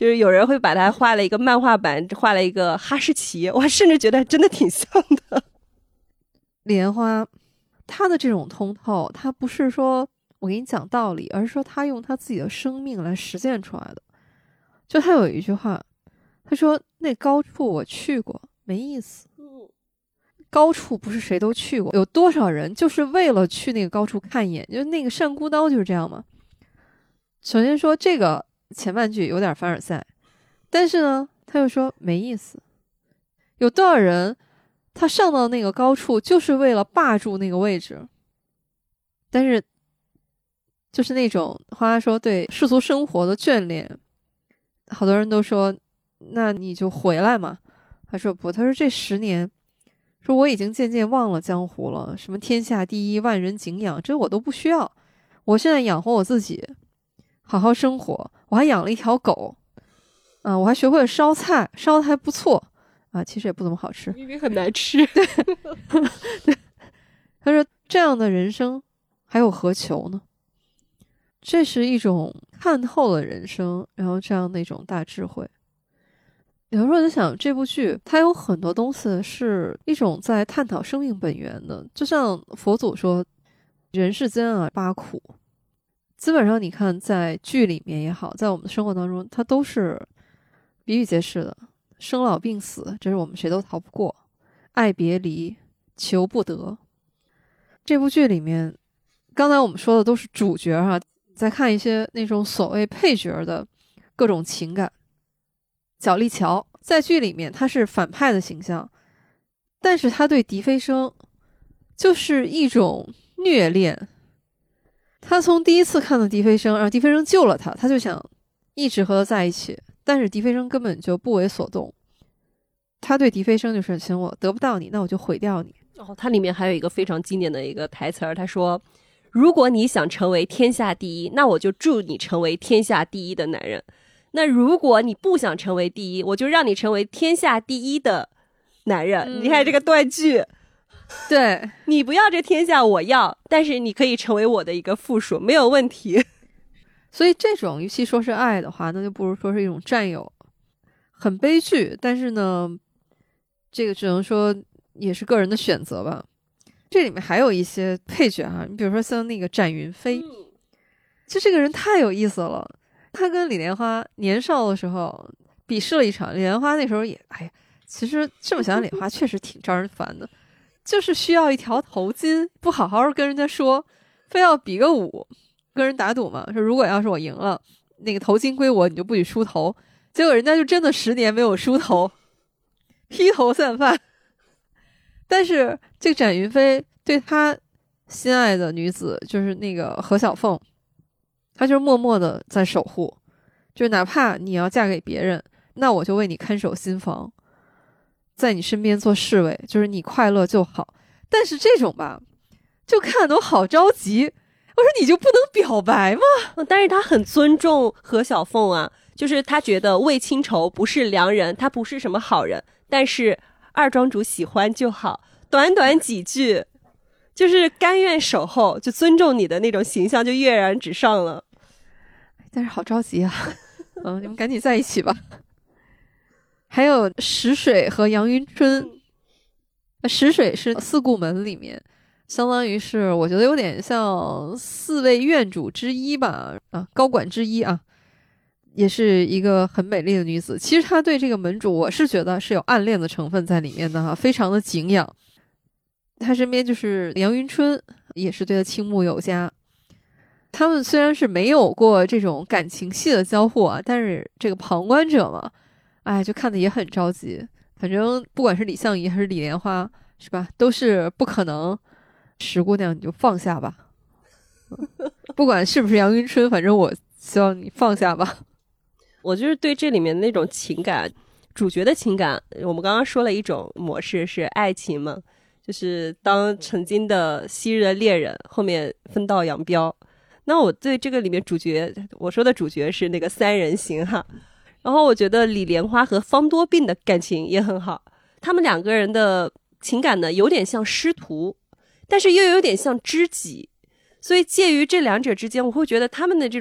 Speaker 2: 就是有人会把它画了一个漫画版，画了一个哈士奇，我甚至觉得真的挺像的。
Speaker 1: 李莲花他的这种通透，他不是说我给你讲道理，而是说他用他自己的生命来实践出来的。就他有一句话，他说那高处我去过没意思，高处不是谁都去过，有多少人就是为了去那个高处看一眼，就那个善孤刀就是这样嘛。首先说这个前半句有点凡尔赛，但是呢他又说没意思，有多少人他上到那个高处就是为了霸住那个位置，但是就是那种花花说对世俗生活的眷恋，好多人都说那你就回来嘛，他说不，他说这十年说我已经渐渐忘了江湖了，什么天下第一万人敬仰这我都不需要，我现在养活我自己，好好生活，我还养了一条狗啊，我还学会了烧菜，烧的还不错啊，其实也不怎么好吃，
Speaker 2: 明明很难吃。
Speaker 1: 对，对，他说这样的人生还有何求呢？这是一种看透了人生，然后这样的一种大智慧。有时候我在想，这部剧它有很多东西是一种在探讨生命本源的，就像佛祖说，人世间啊八苦，基本上你看在剧里面也好，在我们的生活当中，它都是比比皆是的。生老病死，这是我们谁都逃不过；爱别离，求不得。这部剧里面，刚才我们说的都是主角哈、啊，再看一些那种所谓配角的各种情感。角力桥在剧里面他是反派的形象，但是他对狄飞升就是一种虐恋。他从第一次看到狄飞升，然后狄飞升救了他，他就想一直和他在一起，但是狄飞升根本就不为所动。他对狄飞升就是行，我得不到你，那我就毁掉你。
Speaker 2: 哦，它里面还有一个非常经典的一个台词儿，他说：“如果你想成为天下第一，那我就祝你成为天下第一的男人。那如果你不想成为第一，我就让你成为天下第一的男人。嗯”你看这个断句，
Speaker 1: 对，
Speaker 2: 你不要这天下，我要，但是你可以成为我的一个附属，没有问题。
Speaker 1: 所以这种与其说是爱的话，那就不如说是一种占有，很悲剧。但是呢，这个只能说也是个人的选择吧。这里面还有一些配角啊，你比如说像那个展云飞，嗯、就这个人太有意思了。他跟李莲花年少的时候比试了一场，李莲花那时候也，哎呀，其实这么想想，李莲花确实挺招人烦的，就是需要一条头巾，不好好跟人家说，非要比个武，跟人打赌嘛，说如果要是我赢了，那个头巾归我，你就不许梳头。结果人家就真的十年没有梳头，披头散发。但是这个展云飞对他心爱的女子，就是那个何小凤，他就是默默的在守护，就是哪怕你要嫁给别人，那我就为你看守心房，在你身边做侍卫，就是你快乐就好。但是这种吧，就看得我好着急，我说你就不能表白吗？
Speaker 2: 但是他很尊重何小凤啊，就是他觉得魏清愁不是良人，他不是什么好人，但是二庄主喜欢就好，短短几句就是甘愿守候，就尊重你的那种形象就跃然纸上了。
Speaker 1: 但是好着急啊，嗯，你们赶紧在一起吧。还有石水和杨云春，石水是四顾门里面，相当于是我觉得有点像四位院主之一吧，啊，高管之一啊，也是一个很美丽的女子。其实她对这个门主，我是觉得是有暗恋的成分在里面的哈，非常的敬仰。她身边就是杨云春，也是对她倾慕有加。他们虽然是没有过这种感情戏的交互啊，但是这个旁观者嘛，哎，就看得也很着急。反正不管是李相夷还是李莲花，是吧，都是不可能。石姑娘，你就放下吧，不管是不是杨云春，反正我希望你放下吧。
Speaker 2: 我就是对这里面那种情感，主角的情感，我们刚刚说了一种模式是爱情嘛，就是当曾经的昔日的恋人，后面分道扬镳。那我对这个里面主角，我说的主角是那个三人行哈。然后我觉得李莲花和方多病的感情也很好，他们两个人的情感呢有点像师徒，但是又有点像知己，所以介于这两者之间，我会觉得他们的这种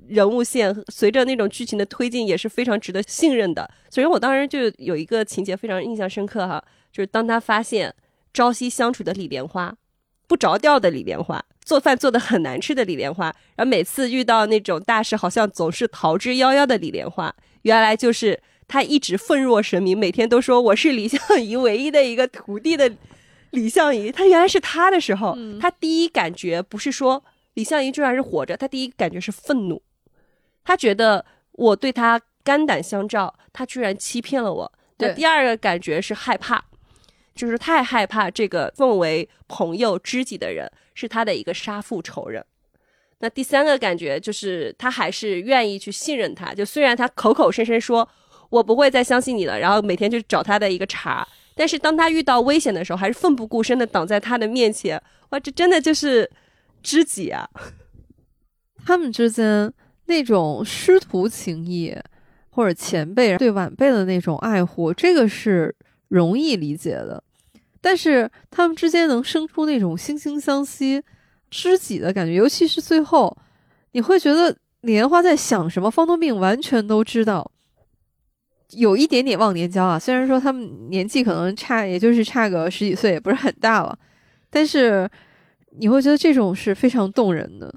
Speaker 2: 人物线随着那种剧情的推进也是非常值得信任的。所以我当时就有一个情节非常印象深刻哈，就是当他发现朝夕相处的李莲花，不着调的李莲花，做饭做得很难吃的李莲花，然后每次遇到那种大事好像总是逃之夭夭的李莲花，原来就是他一直愤若神明，每天都说我是李相夷唯一的一个徒弟的李相夷，他原来是他的时候、嗯、他第一感觉不是说李相夷居然是活着，他第一感觉是愤怒，他觉得我对他肝胆相照，他居然欺骗了我。那第二个感觉是害怕，就是太害怕这个奉为朋友知己的人是他的一个杀父仇人。那第三个感觉就是他还是愿意去信任他，就虽然他口口声声说我不会再相信你了，然后每天去找他的一个茬，但是当他遇到危险的时候还是奋不顾身的挡在他的面前。哇，这真的就是知己啊。
Speaker 1: 他们之间那种师徒情谊或者前辈对晚辈的那种爱护，这个是容易理解的，但是他们之间能生出那种惺惺相惜知己的感觉，尤其是最后你会觉得李莲花在想什么，方多病完全都知道，有一点点忘年交啊，虽然说他们年纪可能差，也就是差个十几岁，也不是很大了，但是你会觉得这种是非常动人的。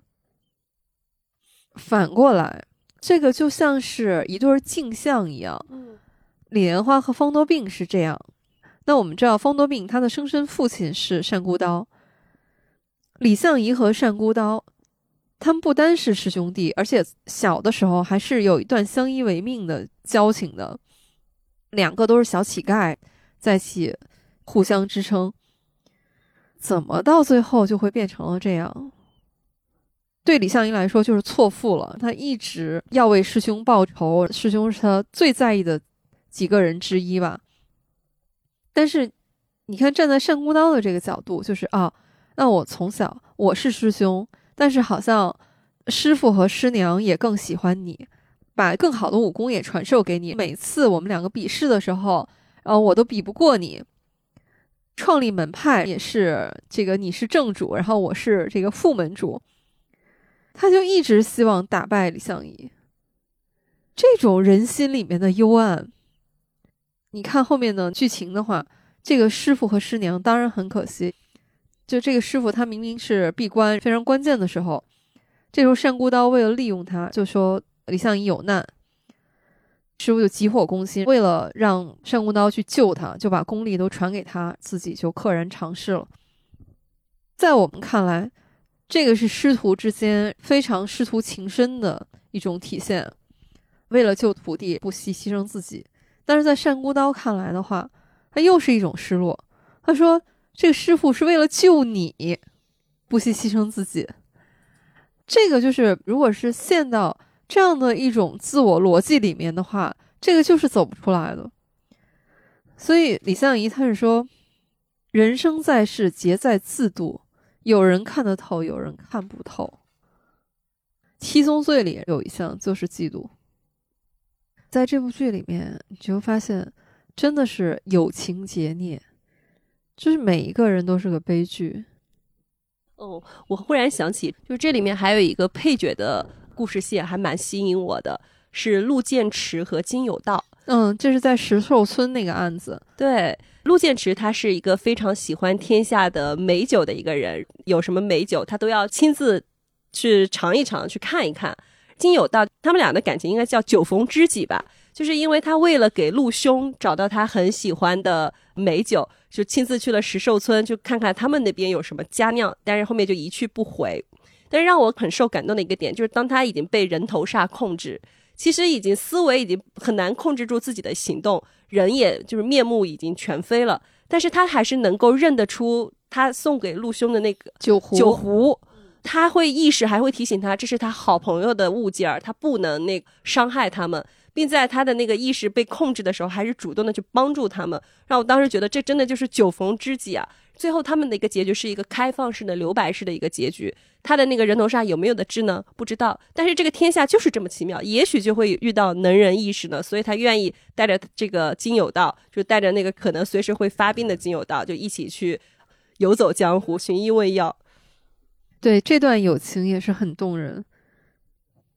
Speaker 1: 反过来这个就像是一对镜像一样，嗯，李莲花和方多病是这样。那我们知道方多病他的生身父亲是单孤刀，李相夷和单孤刀他们不单是师兄弟，而且小的时候还是有一段相依为命的交情的，两个都是小乞丐在一起互相支撑，怎么到最后就会变成了这样？对李相夷来说就是错付了，他一直要为师兄报仇，师兄是他最在意的几个人之一吧。但是你看站在单孤刀的这个角度，就是啊，那我从小我是师兄，但是好像师父和师娘也更喜欢你，把更好的武功也传授给你，每次我们两个比试的时候呃，我都比不过你，创立门派也是这个你是正主，然后我是这个副门主，他就一直希望打败李相夷。这种人心里面的幽暗，你看后面的剧情的话，这个师父和师娘当然很可惜，就这个师父他明明是闭关非常关键的时候，这时候单孤刀为了利用他就说李相夷有难，师父就急火攻心，为了让单孤刀去救他，就把功力都传给他，自己就溘然长逝了。在我们看来，这个是师徒之间非常师徒情深的一种体现，为了救徒弟不惜牺牲自己。但是在单孤刀看来的话，他又是一种失落，他说这个师父是为了救你不惜牺牲自己。这个就是如果是陷到这样的一种自我逻辑里面的话，这个就是走不出来的。所以李相夷他是说，人生在世劫在自度，有人看得透，有人看不透。七宗罪里有一项就是嫉妒。在这部剧里面你就发现真的是友情劫孽，就是每一个人都是个悲剧。
Speaker 2: 哦，我忽然想起，就是这里面还有一个配角的故事线还蛮吸引我的，是陆剑池和金有道。
Speaker 1: 嗯，这是在石兽村那个案子。
Speaker 2: 对，陆剑池他是一个非常喜欢天下的美酒的一个人，有什么美酒他都要亲自去尝一尝，去看一看。金有道他们俩的感情应该叫酒逢知己吧，就是因为他为了给陆兄找到他很喜欢的美酒，就亲自去了石兽村，就看看他们那边有什么佳酿，但是后面就一去不回。但是让我很受感动的一个点，就是当他已经被人头煞控制，其实已经思维已经很难控制住自己的行动，人也就是面目已经全非了，但是他还是能够认得出他送给陆兄的那个
Speaker 1: 酒壶
Speaker 2: 酒壶，他会意识，还会提醒他这是他好朋友的物件，他不能那个伤害他们，并在他的那个意识被控制的时候还是主动的去帮助他们，让我当时觉得这真的就是酒逢知己啊。最后他们的一个结局是一个开放式的留白式的一个结局，他的那个人头煞有没有的治呢？不知道，但是这个天下就是这么奇妙，也许就会遇到能人异士呢，所以他愿意带着这个金有道，就带着那个可能随时会发病的金有道，就一起去游走江湖寻医问药。
Speaker 1: 对，这段友情也是很动人。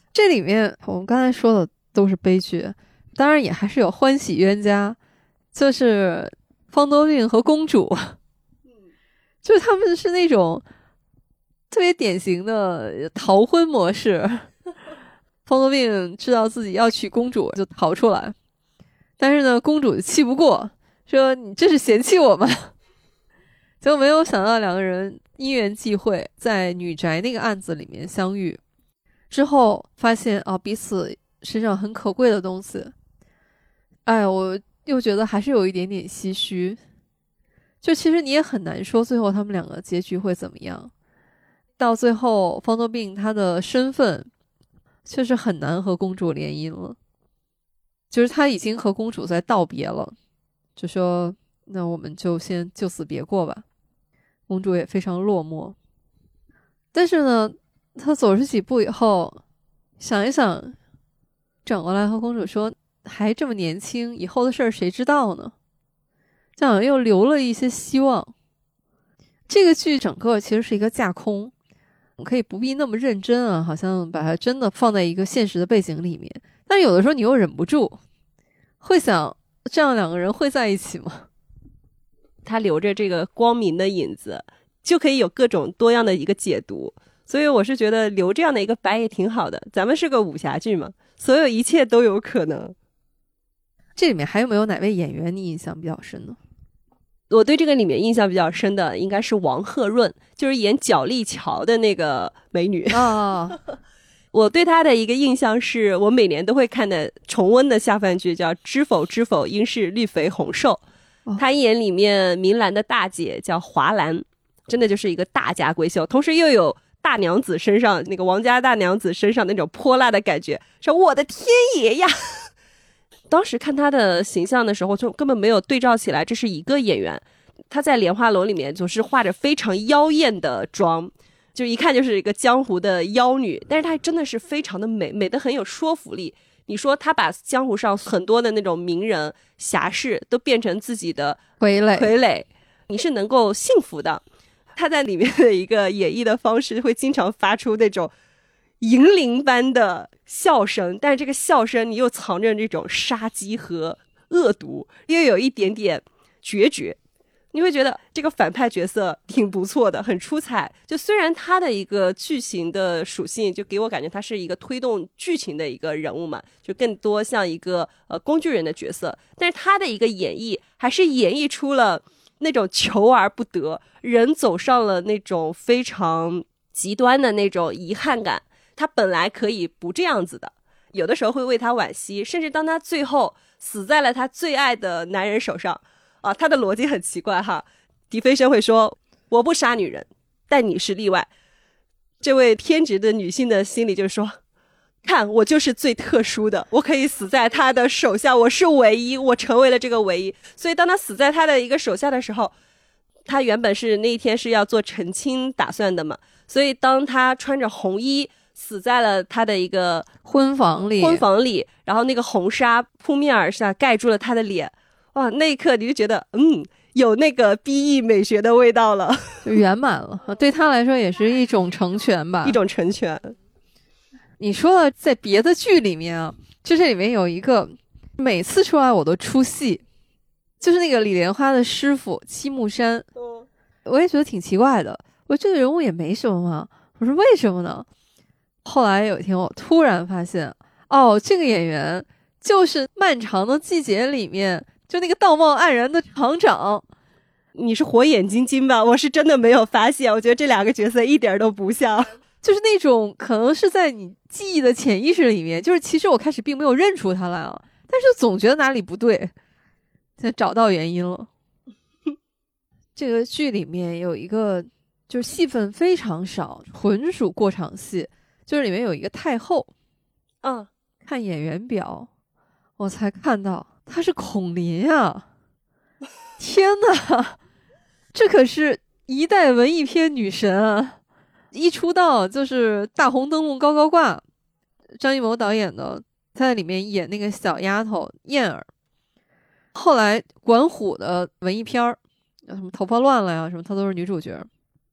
Speaker 1: 这里面我们刚才说的都是悲剧，当然也还是有欢喜冤家，就是方多病和公主，就是他们是那种特别典型的逃婚模式。方多病知道自己要娶公主就逃出来，但是呢公主气不过，说你这是嫌弃我吗？结果没有想到两个人因缘际会在女宅那个案子里面相遇之后，发现啊彼此身上很可贵的东西。哎，我又觉得还是有一点点唏嘘，就其实你也很难说最后他们两个结局会怎么样。到最后方多病他的身份确实很难和公主联姻了，就是他已经和公主在道别了，就说那我们就先就此别过吧。公主也非常落寞，但是呢他走出几步以后想一想，转过来和公主说还这么年轻，以后的事儿谁知道呢，这样又留了一些希望。这个剧整个其实是一个架空，可以不必那么认真啊，好像把它真的放在一个现实的背景里面，但有的时候你又忍不住会想，这样两个人会在一起吗？
Speaker 2: 他留着这个光明的影子，就可以有各种多样的一个解读，所以我是觉得留这样的一个白也挺好的。咱们是个武侠剧嘛，所有一切都有可能。
Speaker 1: 这里面还有没有哪位演员你印象比较深呢？
Speaker 2: 我对这个里面印象比较深的应该是王鹤润，就是演角力桥的那个美女
Speaker 1: 啊。
Speaker 2: 哦、我对她的一个印象是我每年都会看的重温的下饭剧，叫《知否知否应是绿肥红瘦》。她演里面明兰的大姐叫华兰，真的就是一个大家闺秀，同时又有大娘子身上那个王家大娘子身上那种泼辣的感觉，说我的天爷呀。当时看她的形象的时候就根本没有对照起来这是一个演员。她在莲花楼里面总是化着非常妖艳的妆，就一看就是一个江湖的妖女，但是她真的是非常的美，美得很有说服力。你说她把江湖上很多的那种名人侠士都变成自己的
Speaker 1: 傀儡
Speaker 2: 傀儡，你是能够信服的。她在里面的一个演绎的方式会经常发出那种银铃般的笑声，但是这个笑声你又藏着这种杀机和恶毒，又有一点点决绝，你会觉得这个反派角色挺不错的，很出彩。就虽然他的一个剧情的属性就给我感觉他是一个推动剧情的一个人物嘛，就更多像一个呃工具人的角色，但是他的一个演绎还是演绎出了那种求而不得，人走上了那种非常极端的那种遗憾感。他本来可以不这样子的，有的时候会为他惋惜，甚至当他最后死在了他最爱的男人手上啊，他的逻辑很奇怪哈。狄飞升会说我不杀女人，但你是例外。这位偏执的女性的心里就是说，看我就是最特殊的，我可以死在他的手下，我是唯一，我成为了这个唯一。所以当他死在他的一个手下的时候，他原本是那一天是要做澄清打算的嘛，所以当他穿着红衣死在了他的一个
Speaker 1: 婚房里，
Speaker 2: 婚房里，然后那个红纱扑面而下，盖住了他的脸。哇，那一刻你就觉得，嗯，有那个 B E 美学的味道了，
Speaker 1: 就圆满了。对他来说也是一种成全吧，
Speaker 2: 一种成全。
Speaker 1: 你说的在别的剧里面啊，就这里面有一个每次出来我都出戏，就是那个李莲花的师傅七木山。
Speaker 2: 嗯，
Speaker 1: 我也觉得挺奇怪的，我这个人物也没什么嘛，我说为什么呢？后来有一天我突然发现，哦，这个演员就是《漫长的季节》里面就那个道貌岸然的厂长。
Speaker 2: 你是火眼金睛吧？我是真的没有发现，我觉得这两个角色一点都不像，
Speaker 1: 就是那种可能是在你记忆的潜意识里面，就是其实我开始并没有认出他来啊，但是总觉得哪里不对，现在找到原因了。这个剧里面有一个就是戏份非常少，纯属过场戏，就是里面有一个太后。
Speaker 2: 嗯，
Speaker 1: 看演员表我才看到她是孔琳啊。天哪，这可是一代文艺片女神啊，一出道就是大红灯笼高高挂。张艺谋导演的，她在里面演那个小丫头燕儿。后来管虎的文艺片儿什么头发乱了呀什么，她都是女主角。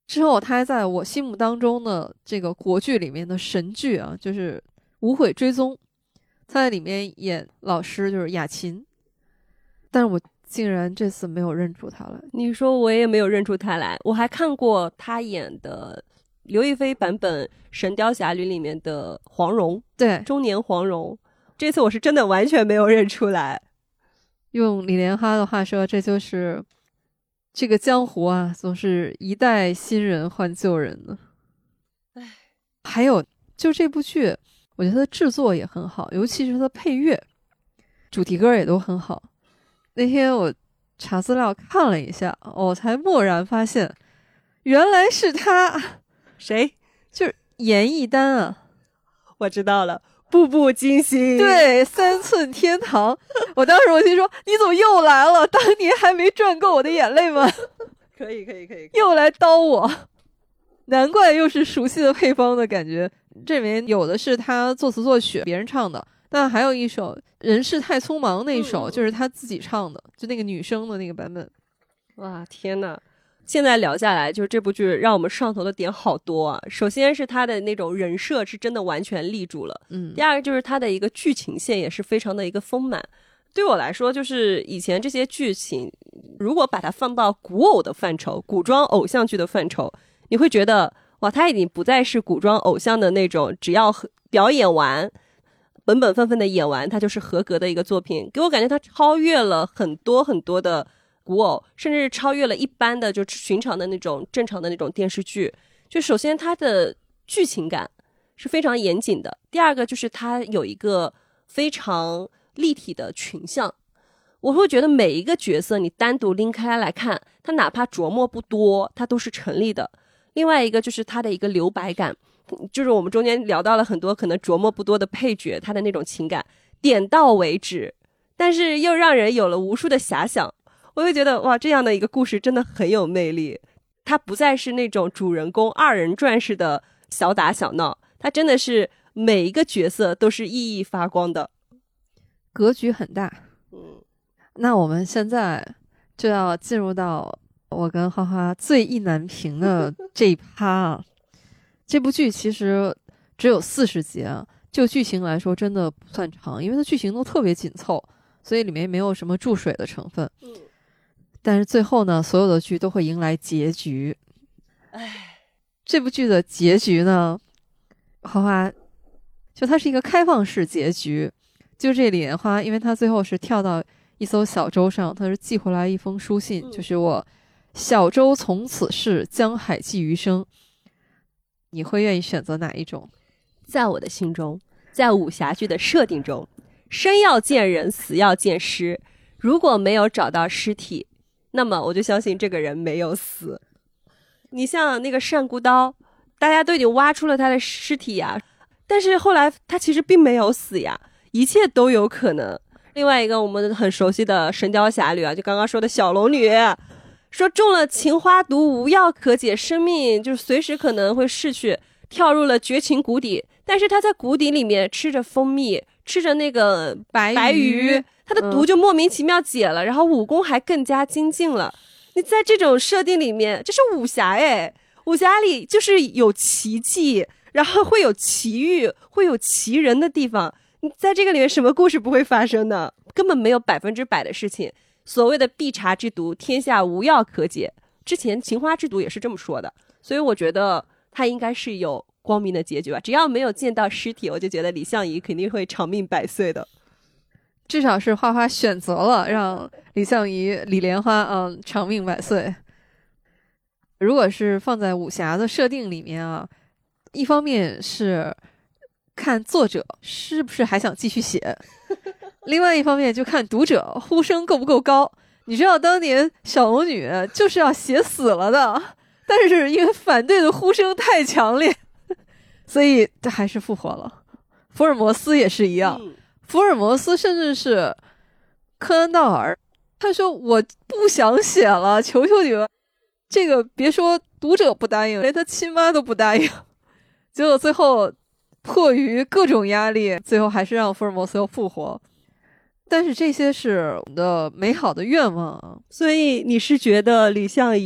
Speaker 1: 之后他还在我心目当中的这个国剧里面的神剧啊，就是《无悔追踪》，他在里面演老师就是雅琴，但是我竟然这次没有认出他来。
Speaker 2: 你说我也没有认出他来，我还看过他演的刘亦菲版本《神雕侠侣》里面的黄蓉，
Speaker 1: 对，
Speaker 2: 中年黄蓉，这次我是真的完全没有认出来。
Speaker 1: 用李莲花的话说，这就是这个江湖啊，总是一代新人换旧人呢。
Speaker 2: 唉，
Speaker 1: 还有就这部剧，我觉得它的制作也很好，尤其是它的配乐，主题歌也都很好。那天我查资料看了一下，我才蓦然发现，原来是他，
Speaker 2: 谁？
Speaker 1: 就是严艺丹啊！
Speaker 2: 我知道了，步步惊心。
Speaker 1: 对，三寸天堂。我当时我心说，你怎么又来了？当年还没赚够我的眼泪吗？
Speaker 2: 可以可以可以，
Speaker 1: 又来刀我，难怪又是熟悉的配方的感觉。这里面有的是他作词作曲别人唱的，但还有一首《人世太匆忙》，那一首就是他自己唱的，就那个女生的那个版本。
Speaker 2: 哇，天哪！现在聊下来，就是这部剧让我们上头的点好多啊。首先是他的那种人设是真的完全立住了，
Speaker 1: 嗯。
Speaker 2: 第二个就是他的一个剧情线也是非常的一个丰满。对我来说，就是以前这些剧情，如果把它放到古偶的范畴、古装偶像剧的范畴，你会觉得哇，它已经不再是古装偶像的那种，只要表演完、本本分分的演完，它就是合格的一个作品。给我感觉它超越了很多很多的古偶，甚至超越了一般的就寻常的那种正常的那种电视剧。就首先它的剧情感是非常严谨的，第二个就是它有一个非常立体的群像，我会觉得每一个角色你单独拎开来看，它哪怕琢磨不多，它都是成立的。另外一个就是它的一个留白感，就是我们中间聊到了很多可能琢磨不多的配角，他的那种情感点到为止，但是又让人有了无数的遐想。我会觉得哇，这样的一个故事真的很有魅力。它不再是那种主人公二人转式的小打小闹，它真的是每一个角色都是熠熠发光的，
Speaker 1: 格局很大。
Speaker 2: 嗯，
Speaker 1: 那我们现在就要进入到我跟花花最意难平的这一趴啊。这部剧其实只有四十集啊，就剧情来说真的不算长，因为它剧情都特别紧凑，所以里面没有什么注水的成分。
Speaker 2: 嗯，
Speaker 1: 但是最后呢，所有的剧都会迎来结局。
Speaker 2: 唉，
Speaker 1: 这部剧的结局呢，花花就它是一个开放式结局。就这里花花，因为它最后是跳到一艘小舟上，它是寄回来一封书信，
Speaker 2: 嗯、
Speaker 1: 就是我小舟从此逝，江海寄余生。你会愿意选择哪一种？
Speaker 2: 在我的心中，在武侠剧的设定中，生要见人，死要见尸。如果没有找到尸体，那么我就相信这个人没有死。你像那个单孤刀，大家都已经挖出了他的尸体呀，但是后来他其实并没有死呀，一切都有可能。另外一个我们很熟悉的《神雕侠侣》啊，就刚刚说的小龙女，说中了情花毒，无药可解，生命就是随时可能会逝去，跳入了绝情谷底。但是他在谷底里面吃着蜂蜜，吃着那个白鱼，白鱼他的毒就莫名其妙解了，嗯、然后武功还更加精进了。你在这种设定里面，这是武侠哎，武侠里就是有奇迹，然后会有奇遇，会有奇人的地方。你在这个里面什么故事不会发生呢？根本没有百分之百的事情。所谓的必察之毒，天下无药可解。之前秦花之毒也是这么说的，所以我觉得他应该是有光明的结局吧。只要没有见到尸体，我就觉得李相夷肯定会长命百岁的。
Speaker 1: 至少是花花选择了让李相夷、李莲花嗯长命百岁。如果是放在武侠的设定里面啊，一方面是看作者是不是还想继续写，另外一方面就看读者呼声够不够高。你知道当年小龙女就是要写死了的，但是因为反对的呼声太强烈，所以这还是复活了。福尔摩斯也是一样，嗯、福尔摩斯甚至是柯南道尔，他说我不想写了，求求你们。这个别说读者不答应，连他亲妈都不答应。结果最后迫于各种压力，最后还是让福尔摩斯又复活。但是这些是我们的美好的愿望，
Speaker 2: 所以你是觉得李相夷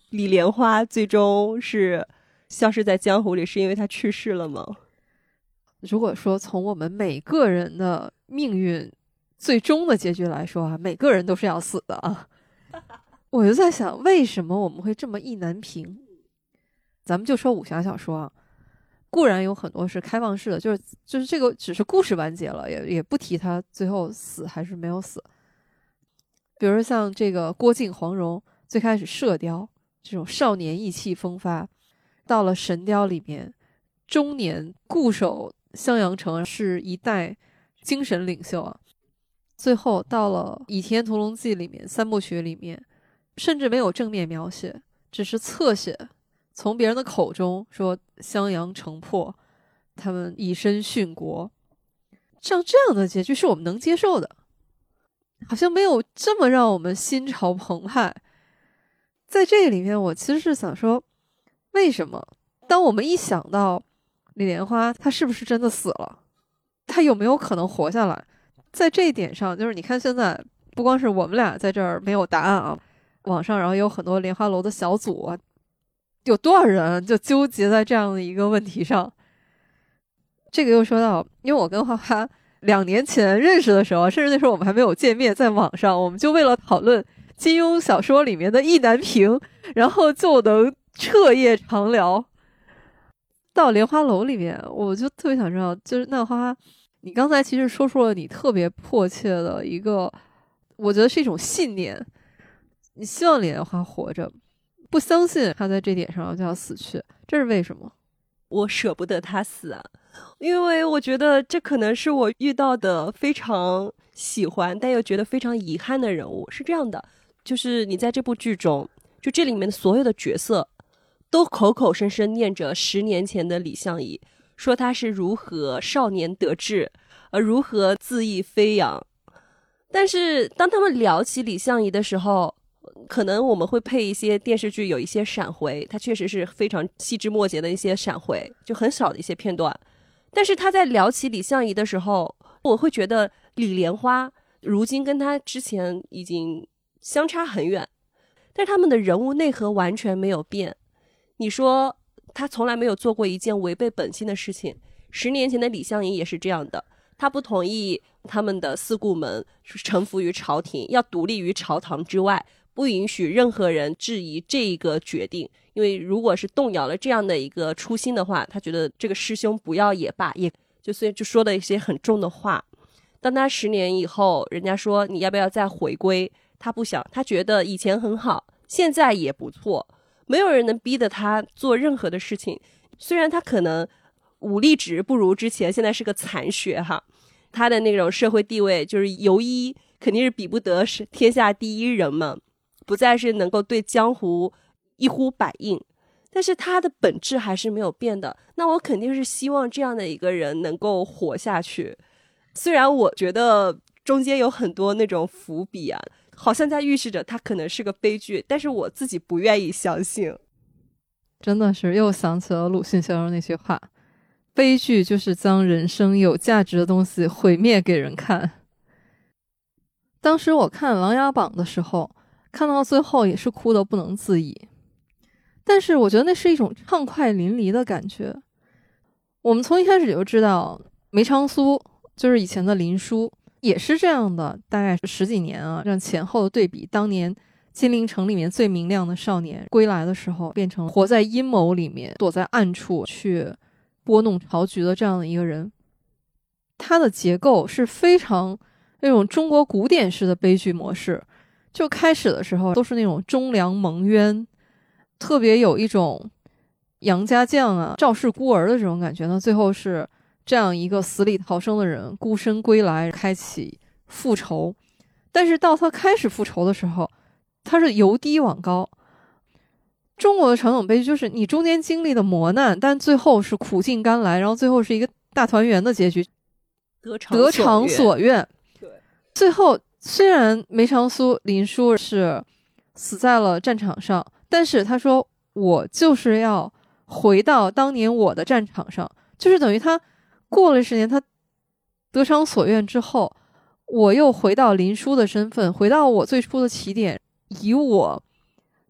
Speaker 2: 李莲花最终是消失在江湖里，是因为他去世了吗？
Speaker 1: 如果说从我们每个人的命运最终的结局来说啊，每个人都是要死的啊。我就在想，为什么我们会这么意难平？咱们就说武侠小说啊，固然有很多是开放式的，就是就是这个只是故事完结了，也也不提他最后死还是没有死。比如像这个郭靖、黄蓉，最开始射雕这种少年意气风发，到了神雕里面，中年固守襄阳城，是一代精神领袖啊。最后到了《倚天屠龙记》里面，三部曲里面，甚至没有正面描写，只是侧写，从别人的口中说襄阳城破，他们以身殉国。像这样的结局是我们能接受的，好像没有这么让我们心潮澎湃。在这里面，我其实是想说，为什么当我们一想到李莲花她是不是真的死了，她有没有可能活下来，在这一点上，就是你看现在不光是我们俩在这儿没有答案啊，网上然后也有很多莲花楼的小组啊，有多少人就纠结在这样的一个问题上。这个又说到，因为我跟花花两年前认识的时候，甚至那时候我们还没有见面，在网上我们就为了讨论金庸小说里面的意难平，然后就能彻夜长聊。到莲花楼里面，我就特别想知道，就是那花花，你刚才其实说出了你特别迫切的一个，我觉得是一种信念，你希望李莲花活着，不相信他在这点上就要死去，这是为什么？
Speaker 2: 我舍不得他死啊，因为我觉得这可能是我遇到的非常喜欢但又觉得非常遗憾的人物。是这样的，就是你在这部剧中，就这里面的所有的角色都口口声声念着十年前的李相夷，说他是如何少年得志，呃，如何恣意飞扬。但是当他们聊起李相夷的时候，可能我们会配一些电视剧有一些闪回，它确实是非常细枝末节的一些闪回，就很少的一些片段。但是他在聊起李相夷的时候，我会觉得李莲花如今跟他之前已经相差很远，但是他们的人物内核完全没有变。你说他从来没有做过一件违背本心的事情，十年前的李相夷也是这样的，他不同意他们的四顾门臣服于朝廷，要独立于朝堂之外，不允许任何人质疑这一个决定，因为如果是动摇了这样的一个初心的话，他觉得这个师兄不要也罢，也就所以就说了一些很重的话。当他十年以后，人家说你要不要再回归，他不想，他觉得以前很好，现在也不错，没有人能逼得他做任何的事情。虽然他可能武力值不如之前，现在是个残血哈，他的那种社会地位就是游医肯定是比不得是天下第一人嘛，不再是能够对江湖一呼百应，但是他的本质还是没有变的。那我肯定是希望这样的一个人能够活下去。虽然我觉得中间有很多那种伏笔啊，好像在预示着他可能是个悲剧，但是我自己不愿意相信。
Speaker 1: 真的是又想起了鲁迅先生那句话，悲剧就是将人生有价值的东西毁灭给人看。当时我看《琅琊榜》的时候，看到最后也是哭得不能自已，但是我觉得那是一种畅快淋漓的感觉。我们从一开始就知道梅长苏就是以前的林殊也是这样的，大概是十几年啊，让前后的对比，当年金陵城里面最明亮的少年归来的时候，变成活在阴谋里面躲在暗处去拨弄朝局的这样的一个人。他的结构是非常那种中国古典式的悲剧模式，就开始的时候都是那种忠良蒙冤，特别有一种杨家将啊赵氏孤儿的这种感觉呢。最后是这样一个死里逃生的人孤身归来，开启复仇。但是到他开始复仇的时候，他是由低往高。中国的传统悲剧就是你中间经历的磨难，但最后是苦尽甘来，然后最后是一个大团圆的结局，
Speaker 2: 得偿
Speaker 1: 得偿所愿。
Speaker 2: 对，
Speaker 1: 最后虽然梅长苏林殊是死在了战场上，但是他说我就是要回到当年我的战场上，就是等于他过了十年，他得偿所愿之后，我又回到林殊的身份，回到我最初的起点，以我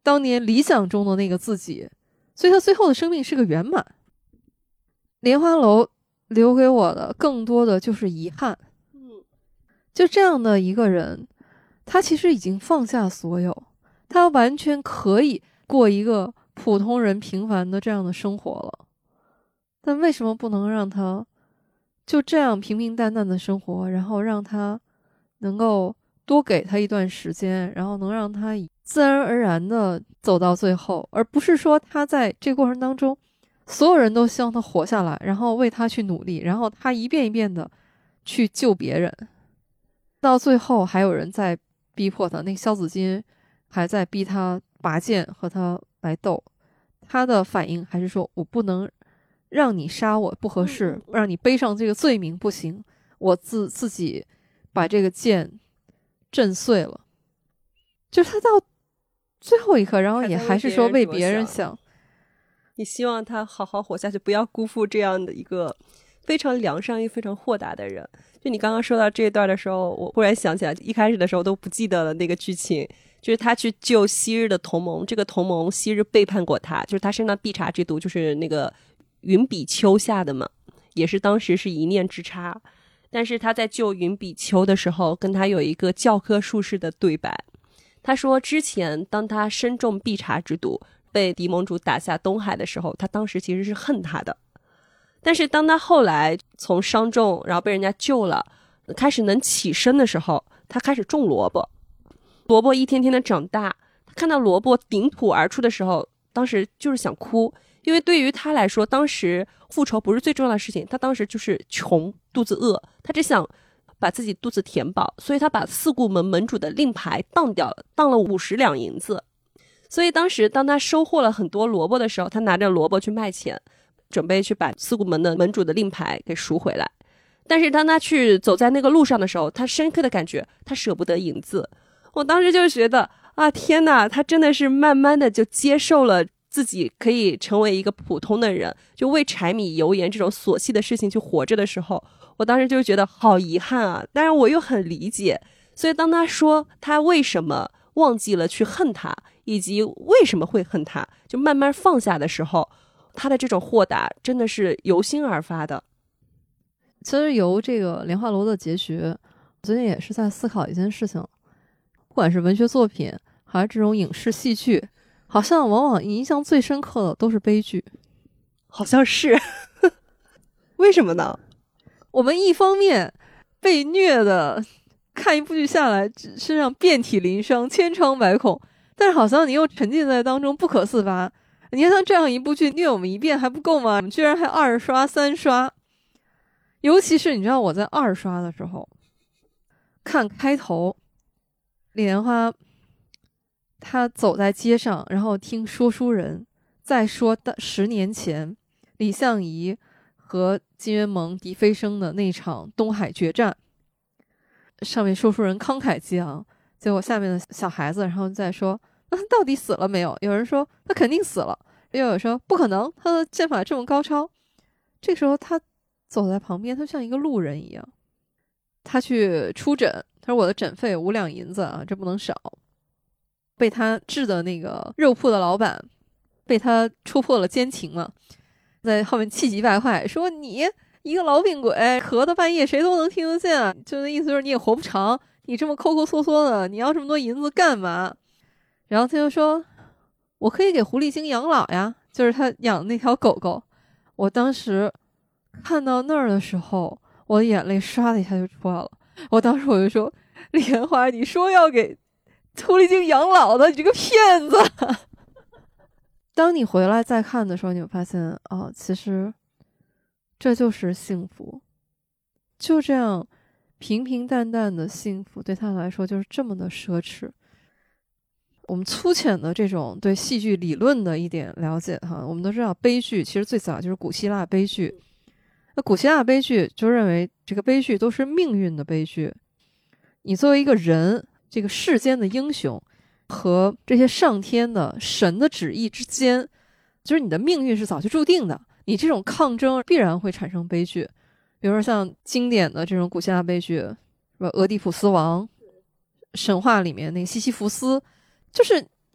Speaker 1: 当年理想中的那个自己，所以他最后的生命是个圆满。莲花楼留给我的更多的就是遗憾。就这样的一个人，他其实已经放下所有，他完全可以过一个普通人平凡的这样的生活了，但为什么不能让他就这样平平淡淡的生活，然后让他能够多给他一段时间，然后能让他自然而然的走到最后，而不是说他在这个过程当中所有人都希望他活下来，然后为他去努力，然后他一遍一遍的去救别人，到最后还有人在逼迫他，那个萧子金还在逼他拔剑和他来斗，他的反应还是说我不能让你杀我，不合适，让你背上这个罪名不行，我自自己把这个剑震碎了。就是他到最后一刻，然后也还是说为别人想，
Speaker 2: 你希望他好好活下去，不要辜负这样的一个非常良善又非常豁达的人。就你刚刚说到这一段的时候，我忽然想起来，一开始的时候都不记得了那个剧情，就是他去救昔日的同盟，这个同盟昔日背叛过他，就是他身上必察之毒，就是那个云比丘下的嘛，也是当时是一念之差。但是他在救云比丘的时候，跟他有一个教科书式的对白。他说之前当他身中必察之毒，被狄盟主打下东海的时候，他当时其实是恨他的。但是当他后来从伤重然后被人家救了，开始能起身的时候，他开始种萝卜，萝卜一天天的长大，他看到萝卜顶土而出的时候，当时就是想哭，因为对于他来说，当时复仇不是最重要的事情，他当时就是穷，肚子饿，他只想把自己肚子填饱，所以他把四顾门门主的令牌当掉了，当了五十两银子。所以当时当他收获了很多萝卜的时候，他拿着萝卜去卖钱，准备去把四顾门的门主的令牌给赎回来。但是当他去走在那个路上的时候，他深刻的感觉他舍不得银子。我当时就觉得啊，天哪，他真的是慢慢的就接受了自己可以成为一个普通的人，就为柴米油盐这种琐细的事情去活着的时候，我当时就觉得好遗憾啊。但是我又很理解，所以当他说他为什么忘记了去恨他，以及为什么会恨他，就慢慢放下的时候，他的这种豁达真的是由心而发的。
Speaker 1: 其实由这个莲花楼的结局，我最近也是在思考一件事情，不管是文学作品还是这种影视戏剧，好像往往印象最深刻的都是悲剧。
Speaker 2: 好像是为什么呢？
Speaker 1: 我们一方面被虐的看一部剧下来身上遍体鳞伤，千疮百孔，但是好像你又沉浸在当中不可自拔。你看像这样一部剧虐我们一遍还不够吗？居然还二刷三刷。尤其是你知道我在二刷的时候看开头，李莲花他走在街上，然后听说书人在说十年前李相夷和金渊盟、狄飞升的那场东海决战，上面说书人慷慨激昂，结果下面的小孩子然后在说那他到底死了没有，有人说他肯定死了，又有人说不可能，他的剑法这么高超。这个时候他走在旁边，他像一个路人一样，他去出诊，他说我的诊费五两银子啊，这不能少。被他治的那个肉铺的老板被他戳破了奸情嘛，在后面气急败坏说你一个痨病鬼咳的半夜谁都能听得见啊，就那意思就是你也活不长，你这么抠抠缩缩的，你要这么多银子干嘛？然后他就说我可以给狐狸精养老呀，就是他养的那条狗狗。我当时看到那儿的时候，我的眼泪唰的一下就出来了。我当时我就说莲花，你说要给狐狸精养老的，你这个骗子。当你回来再看的时候，你会发现哦，其实这就是幸福，就这样平平淡淡的幸福对他来说就是这么的奢侈。我们粗浅的这种对戏剧理论的一点了解哈，我们都知道悲剧其实最早就是古希腊悲剧。那古希腊悲剧就认为这个悲剧都是命运的悲剧，你作为一个人，这个世间的英雄和这些上天的神的旨意之间，就是你的命运是早就注定的，你这种抗争必然会产生悲剧。比如说像经典的这种古希腊悲剧，俄狄浦斯王，神话里面那个西西弗斯，就是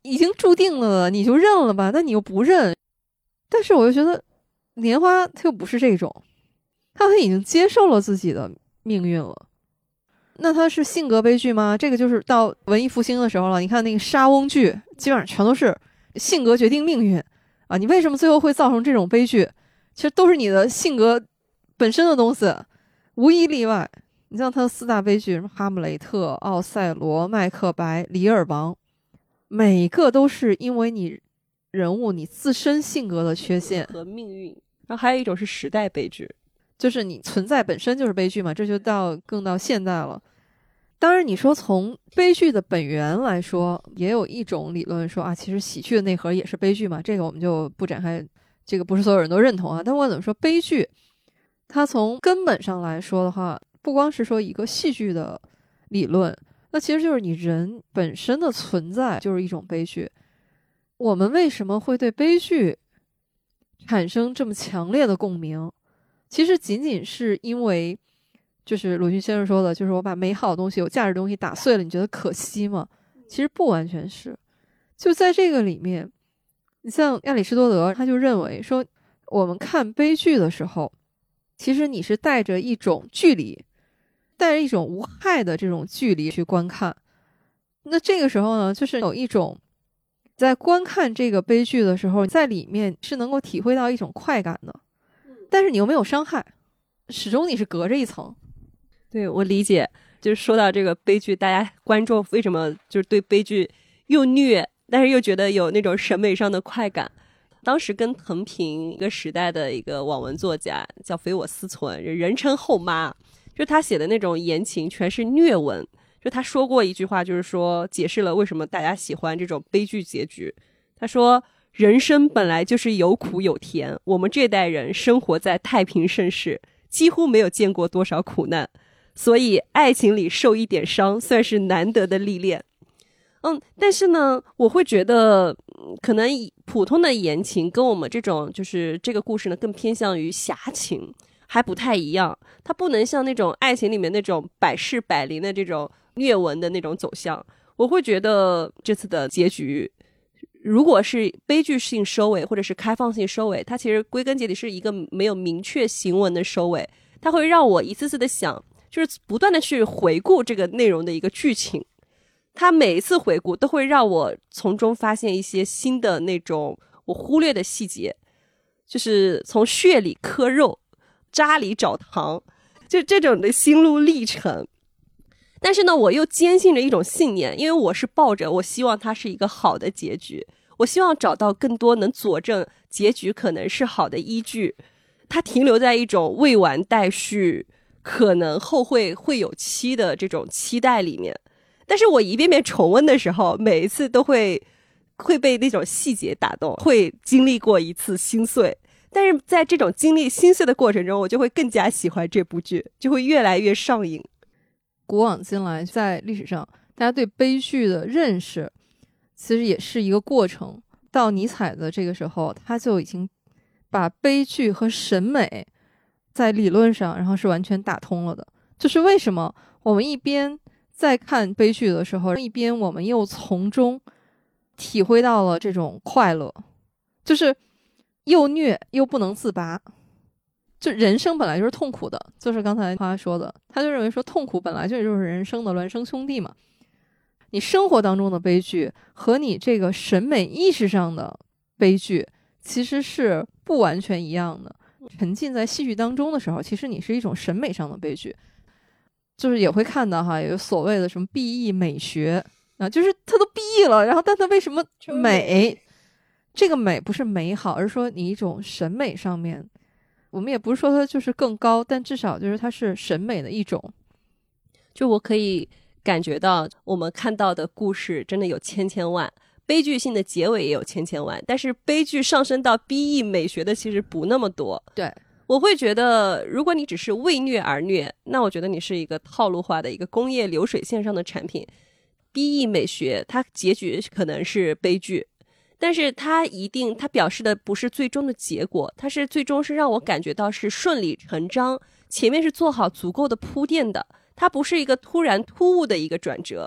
Speaker 1: 已经注定了，你就认了吧，但你又不认。但是我就觉得莲花他又不是这种，他已经接受了自己的命运了。那他是性格悲剧吗？这个就是到文艺复兴的时候了。你看那个莎翁剧，基本上全都是性格决定命运啊！你为什么最后会造成这种悲剧？其实都是你的性格本身的东西，无一例外。你像他的四大悲剧，什么哈姆雷特、奥赛罗、麦克白、李尔王，每个都是因为你人物你自身性格的缺陷
Speaker 2: 和命运。然后还有一种是时代悲剧，
Speaker 1: 就是你存在本身就是悲剧嘛，这就到更到现代了。当然你说从悲剧的本源来说，也有一种理论说啊，其实喜剧的内核也是悲剧嘛，这个我们就不展开，这个不是所有人都认同啊。但我怎么说，悲剧它从根本上来说的话，不光是说一个戏剧的理论，那其实就是你人本身的存在就是一种悲剧。我们为什么会对悲剧产生这么强烈的共鸣？其实仅仅是因为就是鲁迅先生说的，就是我把美好的东西有价值的东西打碎了，你觉得可惜吗？其实不完全是。就在这个里面，你像亚里士多德他就认为说，我们看悲剧的时候，其实你是带着一种距离，带着一种无害的这种距离去观看。那这个时候呢，就是有一种在观看这个悲剧的时候，在里面是能够体会到一种快感的，但是你又没有伤害，始终你是隔着一层。
Speaker 2: 对，我理解。就是说到这个悲剧，大家观众为什么就是对悲剧又虐，但是又觉得有那种审美上的快感。当时跟藤平一个时代的一个网文作家叫肥我思存，人称后妈，就他写的那种言情全是虐文。就他说过一句话，就是说解释了为什么大家喜欢这种悲剧结局。他说，人生本来就是有苦有甜，我们这代人生活在太平盛世，几乎没有见过多少苦难，所以爱情里受一点伤算是难得的历练。嗯，但是呢，我会觉得可能普通的言情跟我们这种就是这个故事呢更偏向于侠情，还不太一样。它不能像那种爱情里面那种百试百灵的这种虐文的那种走向。我会觉得这次的结局如果是悲剧性收尾或者是开放性收尾，它其实归根结底是一个没有明确行文的收尾，它会让我一次次的想，就是不断的去回顾这个内容的一个剧情。它每一次回顾都会让我从中发现一些新的那种我忽略的细节，就是从血里磕肉，渣里找糖，就这种的心路历程。但是呢，我又坚信着一种信念，因为我是抱着我希望它是一个好的结局，我希望找到更多能佐证结局可能是好的依据。它停留在一种未完待续，可能后会会有期的这种期待里面。但是我一遍遍重温的时候，每一次都会会被那种细节打动，会经历过一次心碎。但是在这种经历心碎的过程中，我就会更加喜欢这部剧，就会越来越上瘾。
Speaker 1: 古往今来，在历史上大家对悲剧的认识其实也是一个过程。到尼采的这个时候，他就已经把悲剧和审美在理论上然后是完全打通了的。就是为什么我们一边在看悲剧的时候，一边我们又从中体会到了这种快乐，就是又虐又不能自拔。就人生本来就是痛苦的，就是刚才花说的，他就认为说痛苦本来就是人生的孪生兄弟嘛。你生活当中的悲剧和你这个审美意识上的悲剧其实是不完全一样的。沉浸在戏剧当中的时候，其实你是一种审美上的悲剧。就是也会看到哈，有所谓的什么 B E 美学啊，就是他都 B E 了，然后但他为什么美？这个美不是美好，而是说你一种审美上面，我们也不是说它就是更高，但至少就是它是审美的一种。
Speaker 2: 就我可以感觉到，我们看到的故事真的有千千万，悲剧性的结尾也有千千万，但是悲剧上升到 B E 美学的其实不那么多。
Speaker 1: 对。
Speaker 2: 我会觉得如果你只是为虐而虐，那我觉得你是一个套路化的一个工业流水线上的产品。 B E 美学它结局可能是悲剧，但是它一定它表示的不是最终的结果，它是最终是让我感觉到是顺理成章，前面是做好足够的铺垫的，它不是一个突然突兀的一个转折。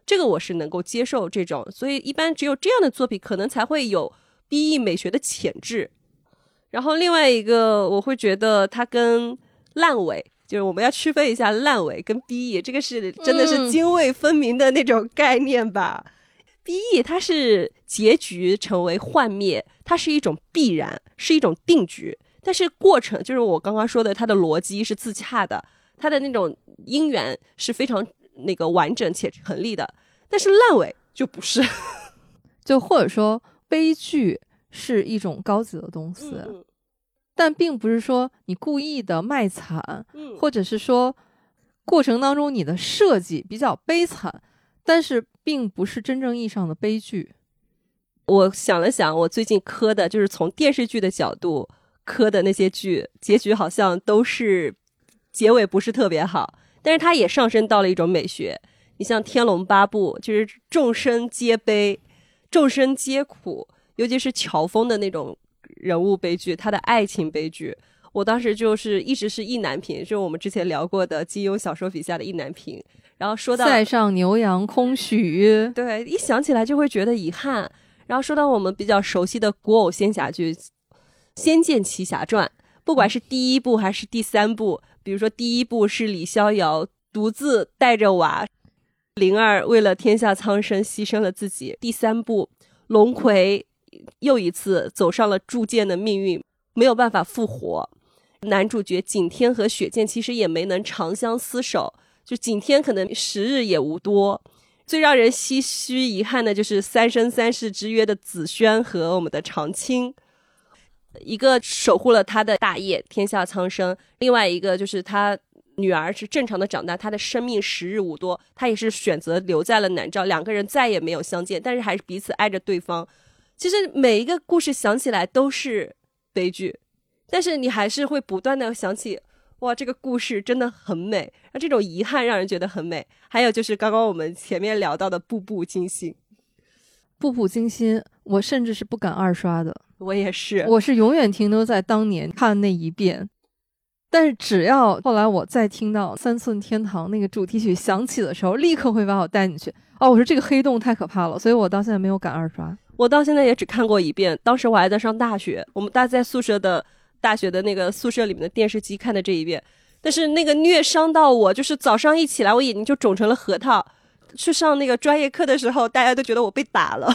Speaker 2: 这个我是能够接受这种，所以一般只有这样的作品可能才会有 B E 美学的潜质。然后另外一个我会觉得它跟烂尾，就是我们要区分一下烂尾跟 B E， 这个是真的是泾渭分明的那种概念吧。嗯、B E 它是结局成为幻灭，它是一种必然，是一种定局，但是过程就是我刚刚说的，它的逻辑是自洽的，它的那种因缘是非常那个完整且成立的，但是烂尾就不是。
Speaker 1: 就或者说悲剧是一种高级的东西、嗯、但并不是说你故意的卖惨、嗯、或者是说过程当中你的设计比较悲惨，但是并不是真正意义上的悲剧。
Speaker 2: 我想了想，我最近磕的就是从电视剧的角度磕的那些剧，结局好像都是结尾不是特别好，但是它也上升到了一种美学。你像天龙八部，就是众生皆悲，众生皆苦，尤其是乔峰的那种人物悲剧，他的爱情悲剧，我当时就是一直是意难平，就是我们之前聊过的金庸小说笔下的意难平。然后说到
Speaker 1: 塞上牛羊空许，
Speaker 2: 对，一想起来就会觉得遗憾。然后说到我们比较熟悉的古偶仙侠剧《仙剑奇侠传》，不管是第一部还是第三部，比如说第一部是李逍遥独自带着娃，灵儿为了天下苍生牺牲了自己，第三部龙葵又一次走上了铸剑的命运，没有办法复活，男主角景天和雪见其实也没能长相厮守，就景天可能时日也无多。最让人唏嘘遗憾的就是三生三世之约的紫萱和我们的长青，一个守护了他的大业天下苍生，另外一个就是他女儿是正常的长大，他的生命时日无多，他也是选择留在了南诏，两个人再也没有相见，但是还是彼此爱着对方。其实每一个故事想起来都是悲剧，但是你还是会不断的想起，哇，这个故事真的很美，那这种遗憾让人觉得很美。还有就是刚刚我们前面聊到的步步惊心，
Speaker 1: 步步惊心我甚至是不敢二刷的。
Speaker 2: 我也是，
Speaker 1: 我是永远停留在当年看那一遍，但是只要后来我再听到三寸天堂那个主题曲响起的时候，立刻会把我带进去。哦，我说这个黑洞太可怕了，所以我到现在没有敢二刷。
Speaker 2: 我到现在也只看过一遍，当时我还在上大学，我们大家在宿舍的大学的那个宿舍里面的电视机看的这一遍，但是那个虐伤到我，就是早上一起来我眼睛就肿成了核桃，去上那个专业课的时候大家都觉得我被打了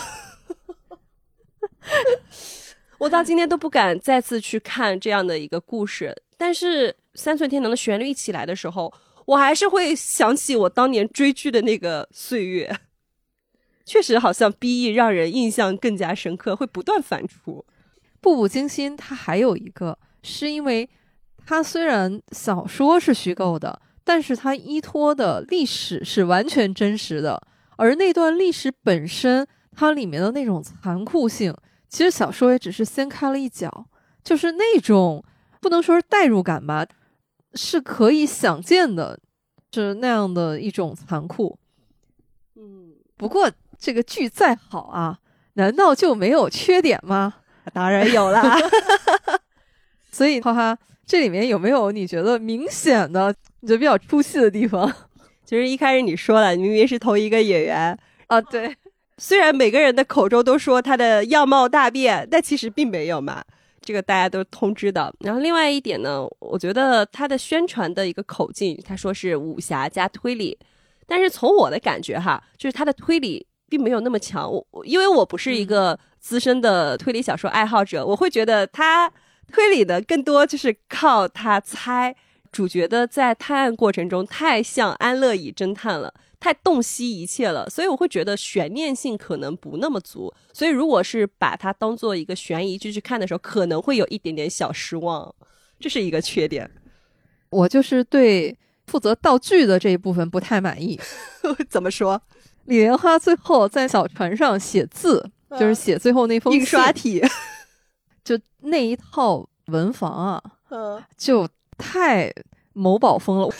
Speaker 2: 我到今天都不敢再次去看这样的一个故事，但是三寸天堂的旋律一起来的时候，我还是会想起我当年追剧的那个岁月，确实好像 B E 让人印象更加深刻，会不断反刍。
Speaker 1: 步步惊心它还有一个是因为它虽然小说是虚构的，但是它依托的历史是完全真实的，而那段历史本身它里面的那种残酷性，其实小说也只是掀开了一角，就是那种不能说是代入感吧，是可以想见的，是那样的一种残酷。嗯，不过这个剧再好啊，难道就没有缺点吗？
Speaker 2: 当然有啦
Speaker 1: 所以哈哈，这里面有没有你觉得明显的你觉得比较出戏的地方？
Speaker 2: 其实一开始你说了，明明是同一个演员
Speaker 1: 啊，对，
Speaker 2: 虽然每个人的口中都说他的样貌大变，但其实并没有嘛，这个大家都通知的。然后另外一点呢，我觉得他的宣传的一个口径，他说是武侠加推理，但是从我的感觉哈，就是他的推理并没有那么强。我因为我不是一个资深的推理小说爱好者，我会觉得他推理的更多就是靠他猜，主角的在探案过程中太像安乐椅侦探了，太洞悉一切了，所以我会觉得悬念性可能不那么足，所以如果是把它当做一个悬疑剧去看的时候，可能会有一点点小失望，这是一个缺点。
Speaker 1: 我就是对负责道具的这一部分不太满意
Speaker 2: 怎么说？
Speaker 1: 李莲花最后在小船上写字、嗯、就是写最后那封信
Speaker 2: 印刷体
Speaker 1: 就那一套文房啊、
Speaker 2: 嗯、
Speaker 1: 就太某宝风了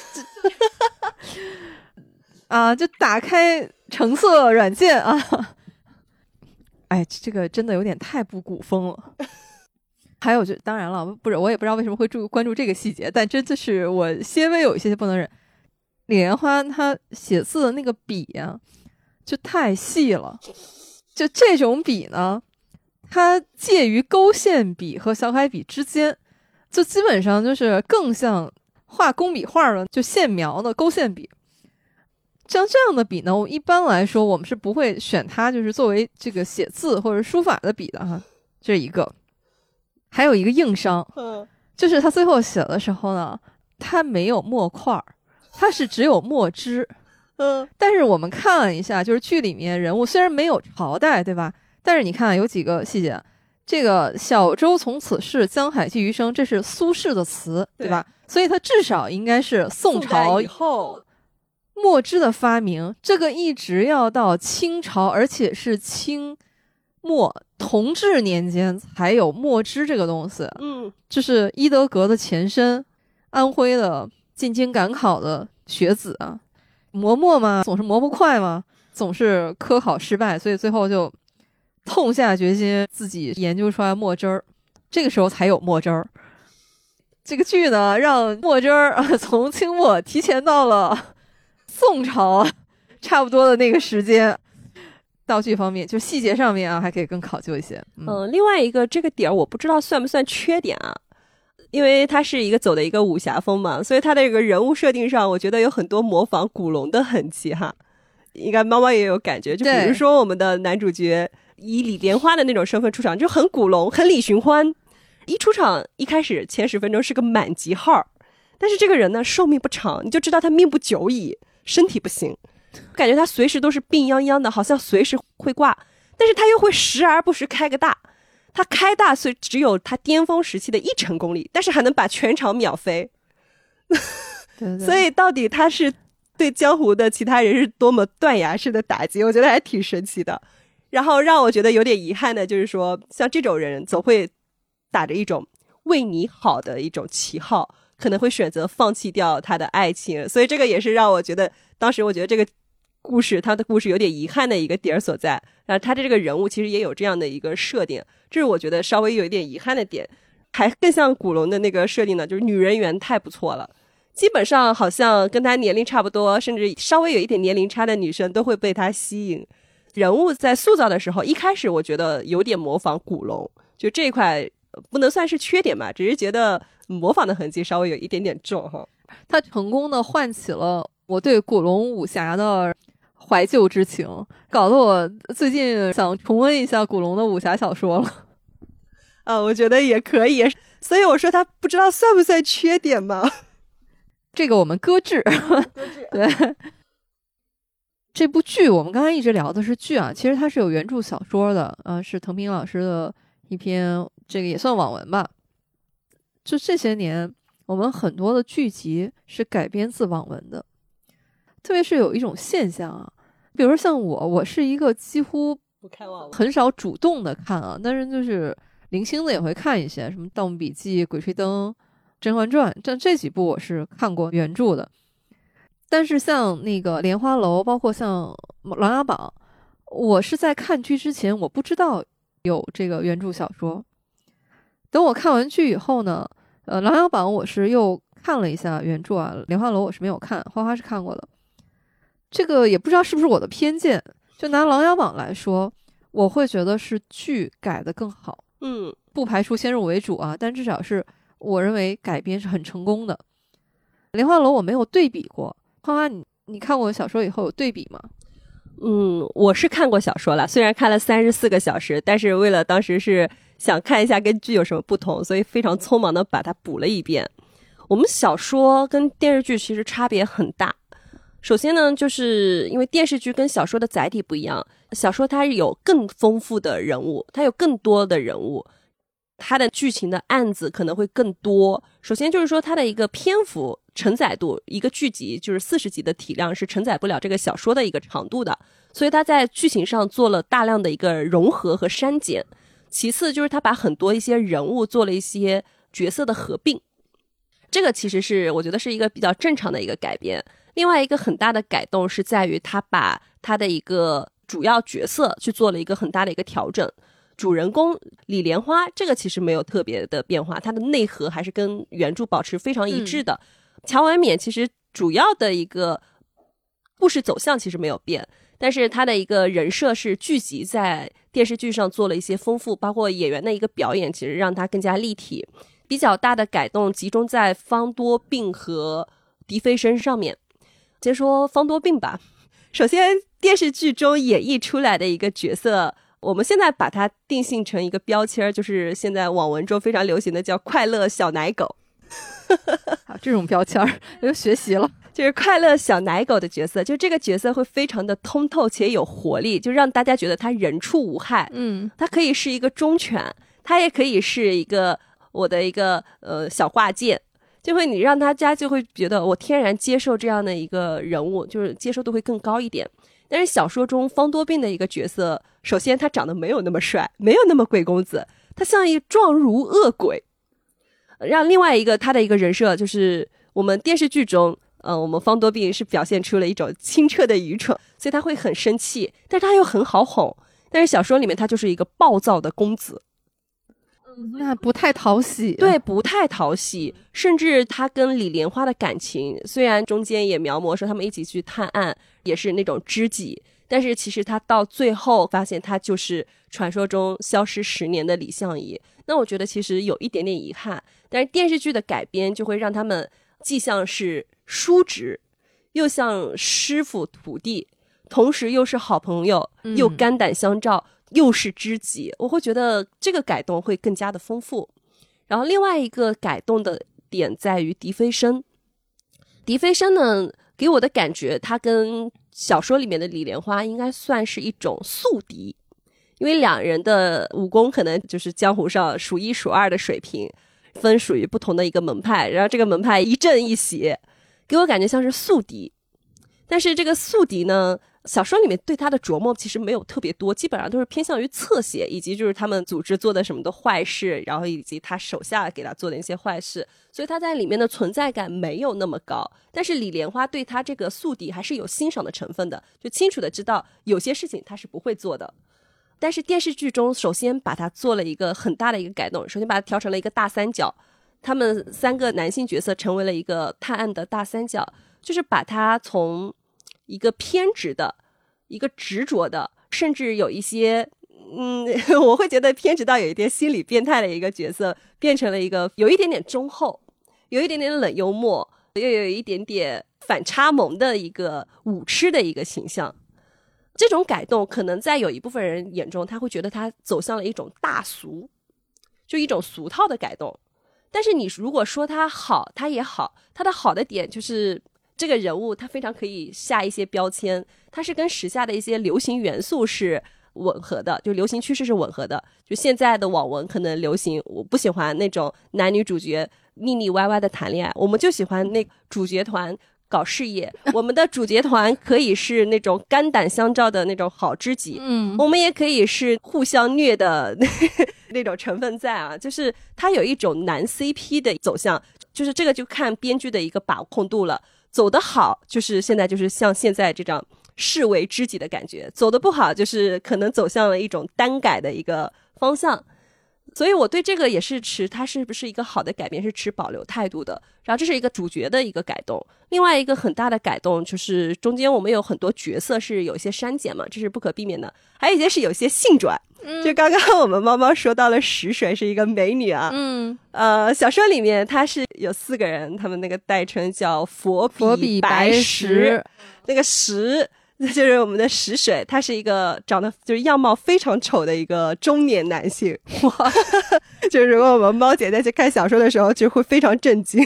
Speaker 1: 啊，就打开橙色软件啊，哎，这个真的有点太不古风了还有就当然了，不是我也不知道为什么会注关注这个细节，但真的是我些微有一些不能忍。李莲花她写字的那个笔啊， 就太细了。就这种笔呢，它介于勾线笔和小楷笔之间，就基本上就是更像画工笔画的就线描的勾线笔。像这样的笔呢，我一般来说我们是不会选它就是作为这个写字或者书法的笔的哈，这是一个。还有一个硬伤，
Speaker 2: 嗯，
Speaker 1: 就是他最后写的时候呢，他没有墨块，他是只有墨汁。
Speaker 2: 嗯，
Speaker 1: 但是我们看了一下，就是剧里面人物虽然没有朝代，对吧？但是你看有几个细节，这个小舟从此逝，江海寄余生，这是苏轼的词，对吧？对，所以它至少应该是宋朝
Speaker 2: 以后。
Speaker 1: 墨汁的发明，这个一直要到清朝，而且是清末同治年间才有墨汁这个东西。
Speaker 2: 嗯，
Speaker 1: 就是伊德阁的前身，安徽的进京赶考的学子啊，磨墨嘛，总是磨不快嘛，总是科考失败，所以最后就痛下决心自己研究出来墨汁儿，这个时候才有墨汁儿。这个剧呢，让墨汁儿啊从清末提前到了宋朝差不多的那个时间。道具方面就细节上面啊还可以更考究一些。
Speaker 2: 嗯, 嗯，另外一个这个点儿我不知道算不算缺点啊，因为它是一个走的一个武侠风嘛，所以它的这个人物设定上我觉得有很多模仿古龙的痕迹哈。应该猫猫也有感觉，就比如说我们的男主角以李莲花的那种身份出场，就很古龙很李寻欢，一出场一开始前十分钟是个满级号，但是这个人呢寿命不长，你就知道他命不久矣，身体不行，感觉他随时都是病殃殃的，好像随时会挂，但是他又会时而不时开个大，他开大虽只有他巅峰时期的一成功力，但是还能把全场秒飞。
Speaker 1: 对对，
Speaker 2: 所以到底他是对江湖的其他人是多么断崖式的打击，我觉得还挺神奇的。然后让我觉得有点遗憾的就是说，像这种人总会打着一种为你好的一种旗号，可能会选择放弃掉他的爱情，所以这个也是让我觉得当时我觉得这个故事他的故事有点遗憾的一个点所在。然后他的这个人物其实也有这样的一个设定，这是我觉得稍微有一点遗憾的点。还更像古龙的那个设定呢，就是女人缘太不错了，基本上好像跟他年龄差不多甚至稍微有一点年龄差的女生都会被他吸引。人物在塑造的时候一开始我觉得有点模仿古龙，就这一块不能算是缺点吧，只是觉得模仿的痕迹稍微有一点点重哈。
Speaker 1: 他成功的唤起了我对古龙武侠的怀旧之情，搞得我最近想重温一下古龙的武侠小说了。
Speaker 2: 啊，我觉得也可以，所以我说他不知道算不算缺点嘛。
Speaker 1: 这个我们搁置。
Speaker 2: 搁置。
Speaker 1: 对，这部剧我们刚才一直聊的是剧啊，其实它是有原著小说的，呃，是滕平老师的一篇，这个也算网文吧。就这些年，我们很多的剧集是改编自网文的，特别是有一种现象啊，比如说像我，我是一个几乎
Speaker 2: 不看网文，
Speaker 1: 很少主动的看啊，但是就是零星的也会看一些，什么《盗墓笔记》《鬼吹灯》《甄嬛传》，这这几部我是看过原著的。但是像那个《莲花楼》，包括像《琅琊榜》，我是在看剧之前我不知道有这个原著小说。等我看完剧以后呢，呃，《琅琊榜》我是又看了一下原著啊，《莲花楼》我是没有看，花花是看过的。这个也不知道是不是我的偏见，就拿《琅琊榜》来说，我会觉得是剧改得更好。
Speaker 2: 嗯，
Speaker 1: 不排除先入为主啊，但至少是我认为改编是很成功的。莲花楼我没有对比过，花花你你看过小说以后有对比吗？
Speaker 2: 嗯，我是看过小说了，虽然看了三十四个小时，但是为了当时是想看一下跟剧有什么不同，所以非常匆忙的把它补了一遍。我们小说跟电视剧其实差别很大。首先呢，就是因为电视剧跟小说的载体不一样，小说它有更丰富的人物，它有更多的人物，它的剧情的案子可能会更多。首先就是说它的一个篇幅承载度，一个剧集就是四十集的体量是承载不了这个小说的一个长度的，所以它在剧情上做了大量的一个融合和删减。其次就是它把很多一些人物做了一些角色的合并，这个其实是我觉得是一个比较正常的一个改编。另外一个很大的改动是在于他把他的一个主要角色去做了一个很大的一个调整。主人公李莲花这个其实没有特别的变化，它的内核还是跟原著保持非常一致的。嗯、乔婉冕其实主要的一个故事走向其实没有变， 但是他的一个人设是剧集在电视剧上做了一些丰富，包括演员的一个表演其实让他更加立体。比较大的改动集中在方多病和狄飞升上面。先说方多病吧，首先电视剧中演绎出来的一个角色，我们现在把它定性成一个标签，就是现在网文中非常流行的叫快乐小奶狗。
Speaker 1: 好，这种标签我又学习了，
Speaker 2: 就是快乐小奶狗的角色，就这个角色会非常的通透且有活力，就让大家觉得他人畜无害。
Speaker 1: 嗯，
Speaker 2: 他可以是一个忠犬，他也可以是一个我的一个呃小挂件，就会你让大家就会觉得我天然接受这样的一个人物，就是接受度会更高一点。但是小说中方多病的一个角色，首先他长得没有那么帅，没有那么贵公子，他像一状如恶鬼。让另外一个他的一个人设就是我们电视剧中呃，我们方多病是表现出了一种清澈的愚蠢，所以他会很生气，但是他又很好哄。但是小说里面他就是一个暴躁的公子，
Speaker 1: 那不太讨喜。
Speaker 2: 对，不太讨喜。甚至他跟李莲花的感情，虽然中间也描摹说他们一起去探案，也是那种知己，但是其实他到最后发现他就是传说中消失十年的李相夷。那我觉得其实有一点点遗憾，但是电视剧的改编就会让他们既像是叔侄，又像师傅徒弟，同时又是好朋友，又肝胆相照，嗯，又是知己。我会觉得这个改动会更加的丰富。然后另外一个改动的点在于狄飞升。狄飞升呢，给我的感觉他跟小说里面的李莲花应该算是一种宿敌，因为两人的武功可能就是江湖上数一数二的水平，分属于不同的一个门派，然后这个门派一正一邪，给我感觉像是宿敌。但是这个宿敌呢，小说里面对他的琢磨其实没有特别多，基本上都是偏向于侧写，以及就是他们组织做的什么的坏事，然后以及他手下给他做的一些坏事，所以他在里面的存在感没有那么高。但是李莲花对他这个宿敌还是有欣赏的成分的，就清楚的知道有些事情他是不会做的。但是电视剧中首先把它做了一个很大的一个改动，首先把它调成了一个大三角，他们三个男性角色成为了一个探案的大三角，就是把它从一个偏执的，一个执着的，甚至有一些嗯，我会觉得偏执到有一点心理变态的一个角色，变成了一个有一点点忠厚，有一点点冷幽默，又有一点点反差萌的一个武痴的一个形象。这种改动可能在有一部分人眼中，他会觉得他走向了一种大俗，就一种俗套的改动。但是你如果说他好，他也好，他的好的点就是这个人物他非常可以下一些标签，他是跟时下的一些流行元素是吻合的，就流行趋势是吻合的。就现在的网文可能流行，我不喜欢那种男女主角腻腻歪歪的谈恋爱，我们就喜欢那主角团搞事业，我们的主角团可以是那种肝胆相照的那种好知己，嗯，我们也可以是互相虐的那种成分在啊，就是它有一种男 C P 的走向，就是这个就看编剧的一个把控度了。走得好，就是现在就是像现在这种视为知己的感觉；走得不好，就是可能走向了一种单改的一个方向。所以我对这个也是持它是不是一个好的改编是持保留态度的。然后这是一个主角的一个改动，另外一个很大的改动就是中间我们有很多角色是有一些删减嘛，这是不可避免的，还有一些是有一些性转。嗯，就刚刚我们猫猫说到了石水是一个美女啊，嗯，呃，小说里面她是有四个人，他们那个代称叫佛比白石，那个石就是我们的石水，他是一个长得就是样貌非常丑的一个中年男性，哇，就是如果我们猫姐在去看小说的时候就会非常震惊。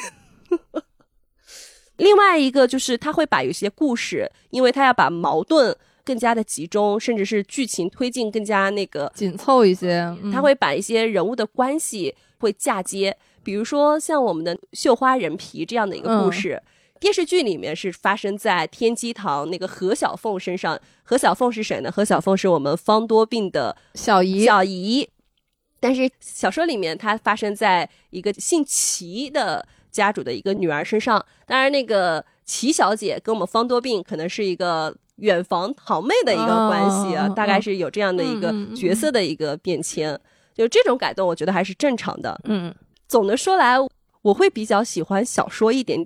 Speaker 2: 另外一个就是他会把有些故事，因为他要把矛盾更加的集中，甚至是剧情推进更加那个
Speaker 1: 紧凑一些，
Speaker 2: 嗯，他会把一些人物的关系会嫁接，比如说像我们的绣花人皮这样的一个故事，嗯，电视剧里面是发生在天机堂那个何小凤身上。何小凤是谁呢？何小凤是我们方多病的
Speaker 1: 小姨
Speaker 2: 小姨，但是小说里面它发生在一个姓齐的家主的一个女儿身上。当然那个齐小姐跟我们方多病可能是一个远房堂妹的一个关系啊，哦，大概是有这样的一个角色的一个变迁，嗯嗯嗯，就这种改动我觉得还是正常的。嗯，总的说来我会比较喜欢小说一点点，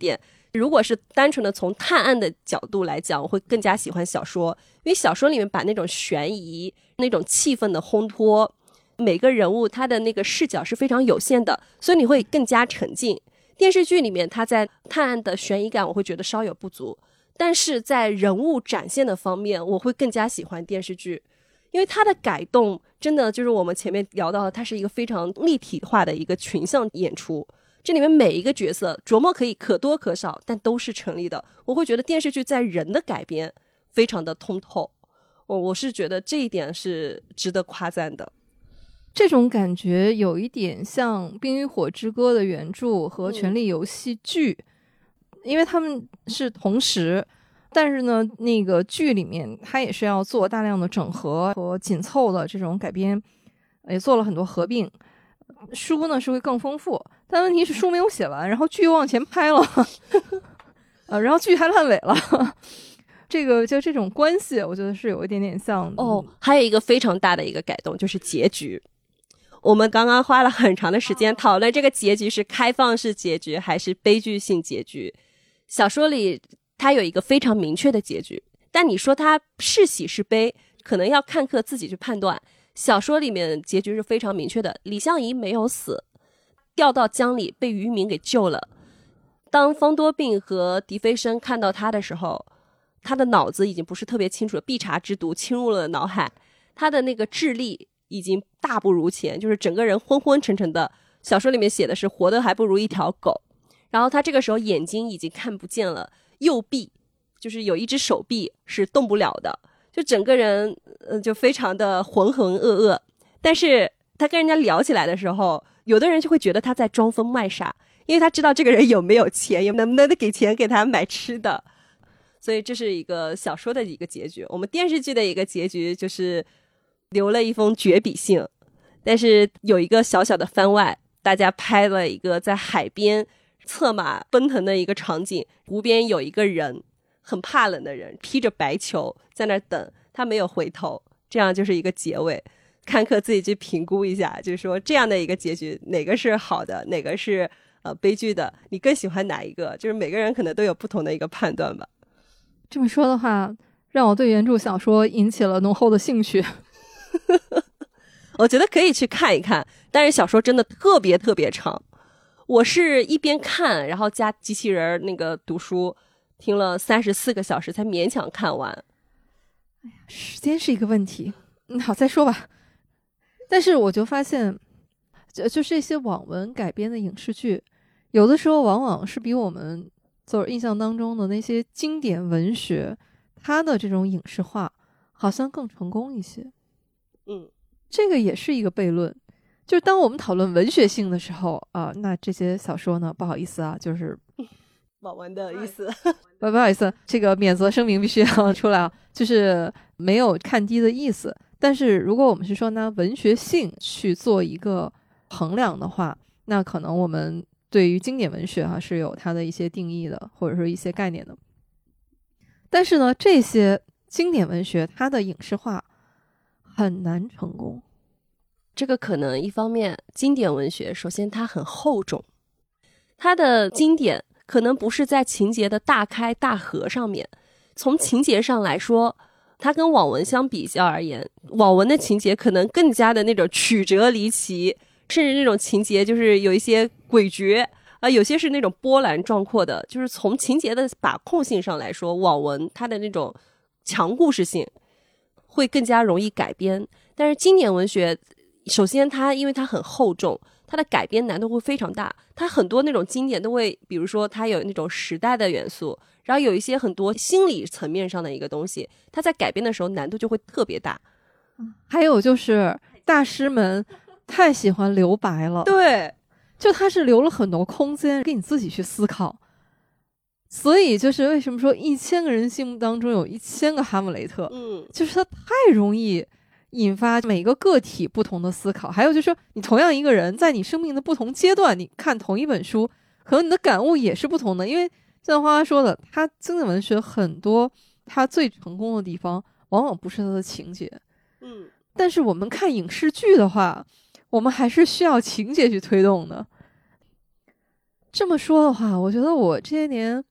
Speaker 2: 如果是单纯的从探案的角度来讲，我会更加喜欢小说，因为小说里面把那种悬疑、那种气氛的烘托，每个人物他的那个视角是非常有限的，所以你会更加沉浸。电视剧里面他在探案的悬疑感我会觉得稍有不足，但是在人物展现的方面我会更加喜欢电视剧，因为它的改动真的就是我们前面聊到的，它是一个非常立体化的一个群像演出，这里面每一个角色琢磨可以可多可少，但都是成立的。我会觉得电视剧在人的改编非常的通透，我我是觉得这一点是值得夸赞的。
Speaker 1: 这种感觉有一点像《冰与火之歌》的原著和《权力游戏》剧、嗯、因为他们是同时，但是呢那个剧里面它也是要做大量的整合和紧凑的这种改编，也做了很多合并。书呢是会更丰富，但问题是书没有写完，然后剧又往前拍了呃，然后剧还烂尾了这个就这种关系我觉得是有一点点像
Speaker 2: 哦。还有一个非常大的一个改动就是结局，我们刚刚花了很长的时间讨论这个结局是开放式结局还是悲剧性结局。小说里它有一个非常明确的结局，但你说它是喜是悲可能要看客自己去判断。小说里面结局是非常明确的，李相夷没有死，掉到江里被渔民给救了。当方多病和狄飞升看到他的时候，他的脑子已经不是特别清楚了，碧茶之毒侵入了脑海，他的那个智力已经大不如前，就是整个人昏昏沉沉的。小说里面写的是活得还不如一条狗，然后他这个时候眼睛已经看不见了，右臂就是有一只手臂是动不了的，就整个人、呃、就非常的浑浑噩噩。但是他跟人家聊起来的时候，有的人就会觉得他在装疯卖傻，因为他知道这个人有没有钱，有能不能给钱给他买吃的。所以这是一个小说的一个结局。我们电视剧的一个结局就是留了一封绝笔信，但是有一个小小的番外，大家拍了一个在海边策马奔腾的一个场景，湖边有一个人很怕冷的人披着白裘在那等，他没有回头，这样就是一个结尾。看客自己去评估一下，就是说这样的一个结局哪个是好的，哪个是呃悲剧的，你更喜欢哪一个，就是每个人可能都有不同的一个判断吧。
Speaker 1: 这么说的话让我对原著小说引起了浓厚的兴趣
Speaker 2: 我觉得可以去看一看，但是小说真的特别特别长，我是一边看然后加机器人那个读书，听了三十四个小时才勉强看完。
Speaker 1: 哎呀，时间是一个问题。嗯，好，再说吧。但是我就发现就就是一些网文改编的影视剧，有的时候往往是比我们就是印象当中的那些经典文学它的这种影视化好像更成功一些。
Speaker 2: 嗯，
Speaker 1: 这个也是一个悖论，就是当我们讨论文学性的时候啊、呃，那这些小说呢，不好意思啊，就是
Speaker 2: 网文的意思
Speaker 1: 不不好意思，这个免责声明必须要出来啊，就是没有看低的意思。但是如果我们是说拿文学性去做一个衡量的话，那可能我们对于经典文学哈、啊、是有它的一些定义的，或者说一些概念的。但是呢，这些经典文学它的影视化很难成功。
Speaker 2: 这个可能一方面经典文学首先它很厚重，它的经典可能不是在情节的大开大合上面，从情节上来说它跟网文相比较而言，网文的情节可能更加的那种曲折离奇，甚至那种情节就是有一些诡谲啊、呃，有些是那种波澜壮阔的，就是从情节的把控性上来说，网文它的那种强故事性会更加容易改编。但是经典文学首先它因为它很厚重，它的改编难度会非常大，它很多那种经典都会比如说它有那种时代的元素，然后有一些很多心理层面上的一个东西，它在改编的时候难度就会特别大。
Speaker 1: 还有就是大师们太喜欢留白了，
Speaker 2: 对，
Speaker 1: 就他是留了很多空间给你自己去思考。所以就是为什么说一千个人心目当中有一千个哈姆雷特，
Speaker 2: 嗯，
Speaker 1: 就是他太容易引发每个个体不同的思考。还有就是说你同样一个人在你生命的不同阶段，你看同一本书可能你的感悟也是不同的。因为像花花说的，他经典文学很多他最成功的地方往往不是他的情节，
Speaker 2: 嗯，
Speaker 1: 但是我们看影视剧的话，我们还是需要情节去推动的。这么说的话，我觉得我这些年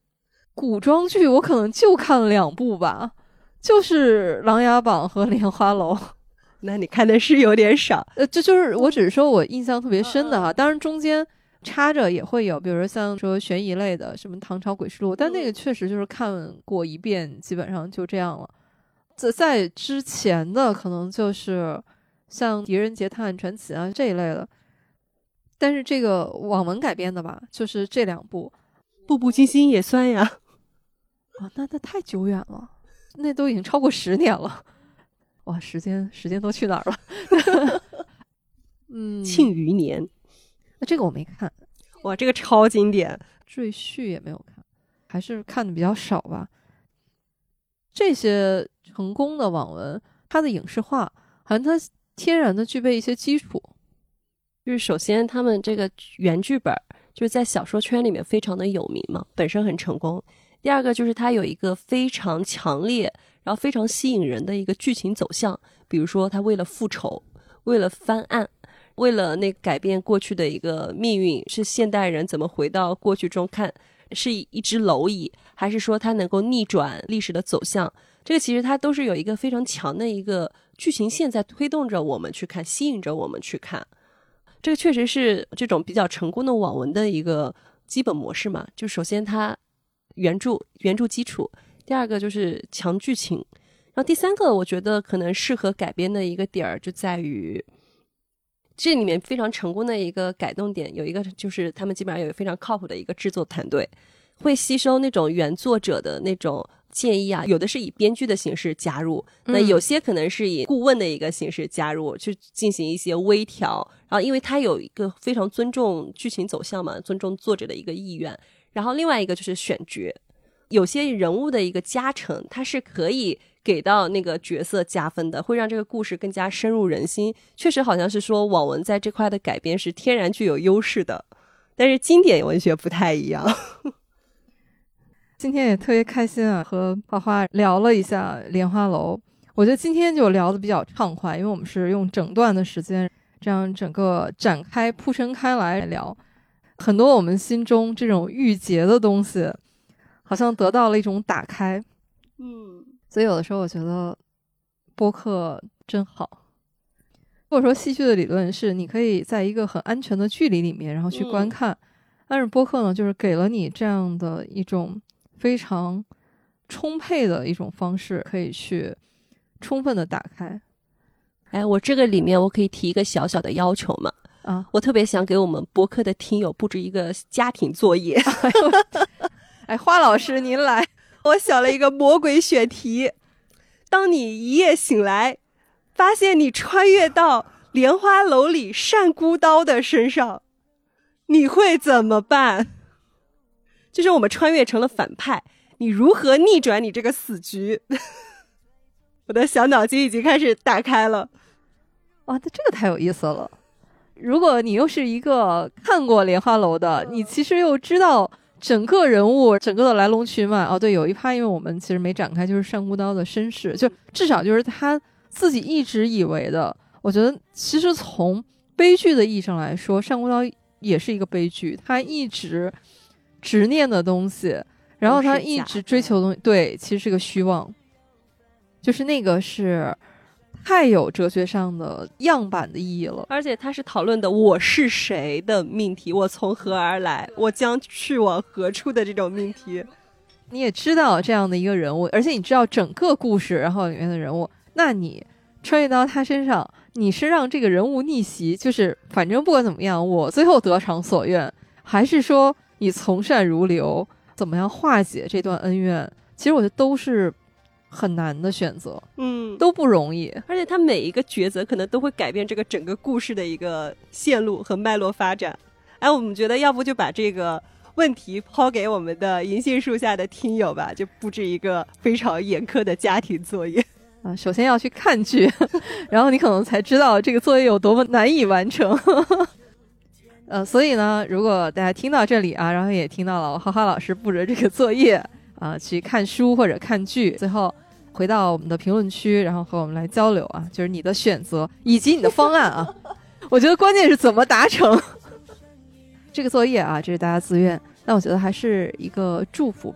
Speaker 1: 古装剧我可能就看了两部吧，就是《琅琊榜》和《莲花楼》。
Speaker 2: 那你看的是有点少。
Speaker 1: 呃，这就是我只是说我印象特别深的哈，当然中间插着也会有，比如说像说悬疑类的，什么《唐朝诡事录》，但那个确实就是看过一遍，基本上就这样了。在在之前的可能就是像《狄仁杰探案传奇》啊这一类的，但是这个网文改编的吧，就是这两部，
Speaker 2: 《步步惊心》也算呀。
Speaker 1: 啊，那那太久远了，那都已经超过十年了。哇，时间时间都去哪儿了？嗯，
Speaker 2: 庆余年，
Speaker 1: 那这个我没看。
Speaker 2: 哇，这个超经典。
Speaker 1: 赘婿也没有看，还是看的比较少吧。这些成功的网文，它的影视化好像它天然的具备一些基础。
Speaker 2: 就是首先他们这个原剧本就是在小说圈里面非常的有名嘛，本身很成功。第二个就是它有一个非常强烈然后非常吸引人的一个剧情走向，比如说他为了复仇，为了翻案，为了那改变过去的一个命运，是现代人怎么回到过去中看是一只蝼蚁，还是说它能够逆转历史的走向，这个其实它都是有一个非常强的一个剧情线在推动着我们去看，吸引着我们去看。这个确实是这种比较成功的网文的一个基本模式嘛，就首先它原著原著基础，第二个就是强剧情，然后第三个我觉得可能适合改编的一个点儿就在于这里面非常成功的一个改动点，有一个就是他们基本上有一个非常靠谱的一个制作团队，会吸收那种原作者的那种建议啊，有的是以编剧的形式加入，那有些可能是以顾问的一个形式加入，去进行一些微调，然后因为他有一个非常尊重剧情走向嘛，尊重作者的一个意愿，然后另外一个就是选角，有些人物的一个加成，它是可以给到那个角色加分的，会让这个故事更加深入人心。确实好像是说网文在这块的改编是天然具有优势的，但是经典文学不太一样。
Speaker 1: 今天也特别开心啊，和花花聊了一下莲花楼。我觉得今天就聊得比较畅快，因为我们是用整段的时间这样整个展开铺陈开来聊，很多我们心中这种郁结的东西好像得到了一种打开。
Speaker 2: 嗯，
Speaker 1: 所以有的时候我觉得播客真好。或者说戏剧的理论是你可以在一个很安全的距离里面然后去观看、嗯、但是播客呢就是给了你这样的一种非常充沛的一种方式，可以去充分的打开。
Speaker 2: 哎，我这个里面我可以提一个小小的要求吗？
Speaker 1: 啊，
Speaker 2: 我特别想给我们播客的听友布置一个家庭作业。
Speaker 1: 哎，花老师您来，
Speaker 2: 我想了一个魔鬼选题。当你一夜醒来，发现你穿越到莲花楼里单孤刀的身上，你会怎么办？就是我们穿越成了反派，你如何逆转你这个死局？我的小脑筋已经开始打开了。
Speaker 1: 哇，那这个太有意思了。如果你又是一个看过莲花楼的，你其实又知道整个人物整个的来龙去脉。哦，对，有一趴因为我们其实没展开，就是单孤刀的身世，就至少就是他自己一直以为的。我觉得其实从悲剧的意义上来说，单孤刀也是一个悲剧，他一直执念的东西，然后他一直追求的东西，对，其实是个虚妄。就是那个是太有哲学上的样板的意义了，
Speaker 2: 而且他是讨论的我是谁的命题，我从何而来，我将去往何处的这种命题。
Speaker 1: 你也知道这样的一个人物，而且你知道整个故事然后里面的人物，那你穿越到他身上，你是让这个人物逆袭，就是反正不管怎么样我最后得偿所愿，还是说你从善如流，怎么样化解这段恩怨，其实我觉得都是很难的选择，
Speaker 2: 嗯，
Speaker 1: 都不容易。
Speaker 2: 而且他每一个抉择可能都会改变这个整个故事的一个线路和脉络发展。哎，我们觉得要不就把这个问题抛给我们的银杏树下的听友吧，就布置一个非常严苛的家庭作业
Speaker 1: 啊。首先要去看剧，然后你可能才知道这个作业有多么难以完成。呃，所以呢，如果大家听到这里啊，然后也听到了花花老师布置这个作业啊、呃，去看书或者看剧，最后回到我们的评论区，然后和我们来交流啊，就是你的选择以及你的方案啊。我觉得关键是怎么达成这个作业啊，这是大家自愿，但我觉得还是一个祝福吧。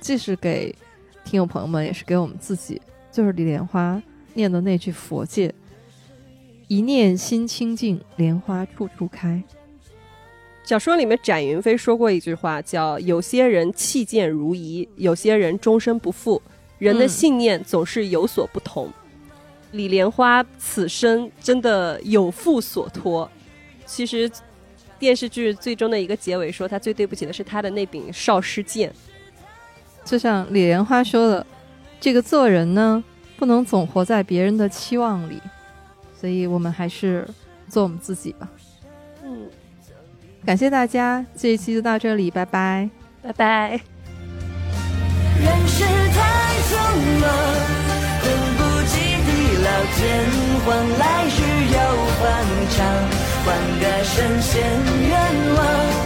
Speaker 1: 既是给听友朋友们，也是给我们自己，就是李莲花念的那句佛戒：一念心清净，莲花处处开。
Speaker 2: 小说里面展云飞说过一句话，叫有些人弃剑如仪，有些人终身不复，人的信念总是有所不同、嗯、李莲花此生真的有负所托。其实电视剧最终的一个结尾说，他最对不起的是他的那柄少师剑。
Speaker 1: 就像李莲花说的，这个做人呢，不能总活在别人的期望里，所以我们还是做我们自己吧。
Speaker 2: 嗯，
Speaker 1: 感谢大家，这一期就到这里，拜拜，
Speaker 2: 拜拜。
Speaker 3: 人世太匆忙，等不及地老天荒，来日又欢畅，换个神仙愿望。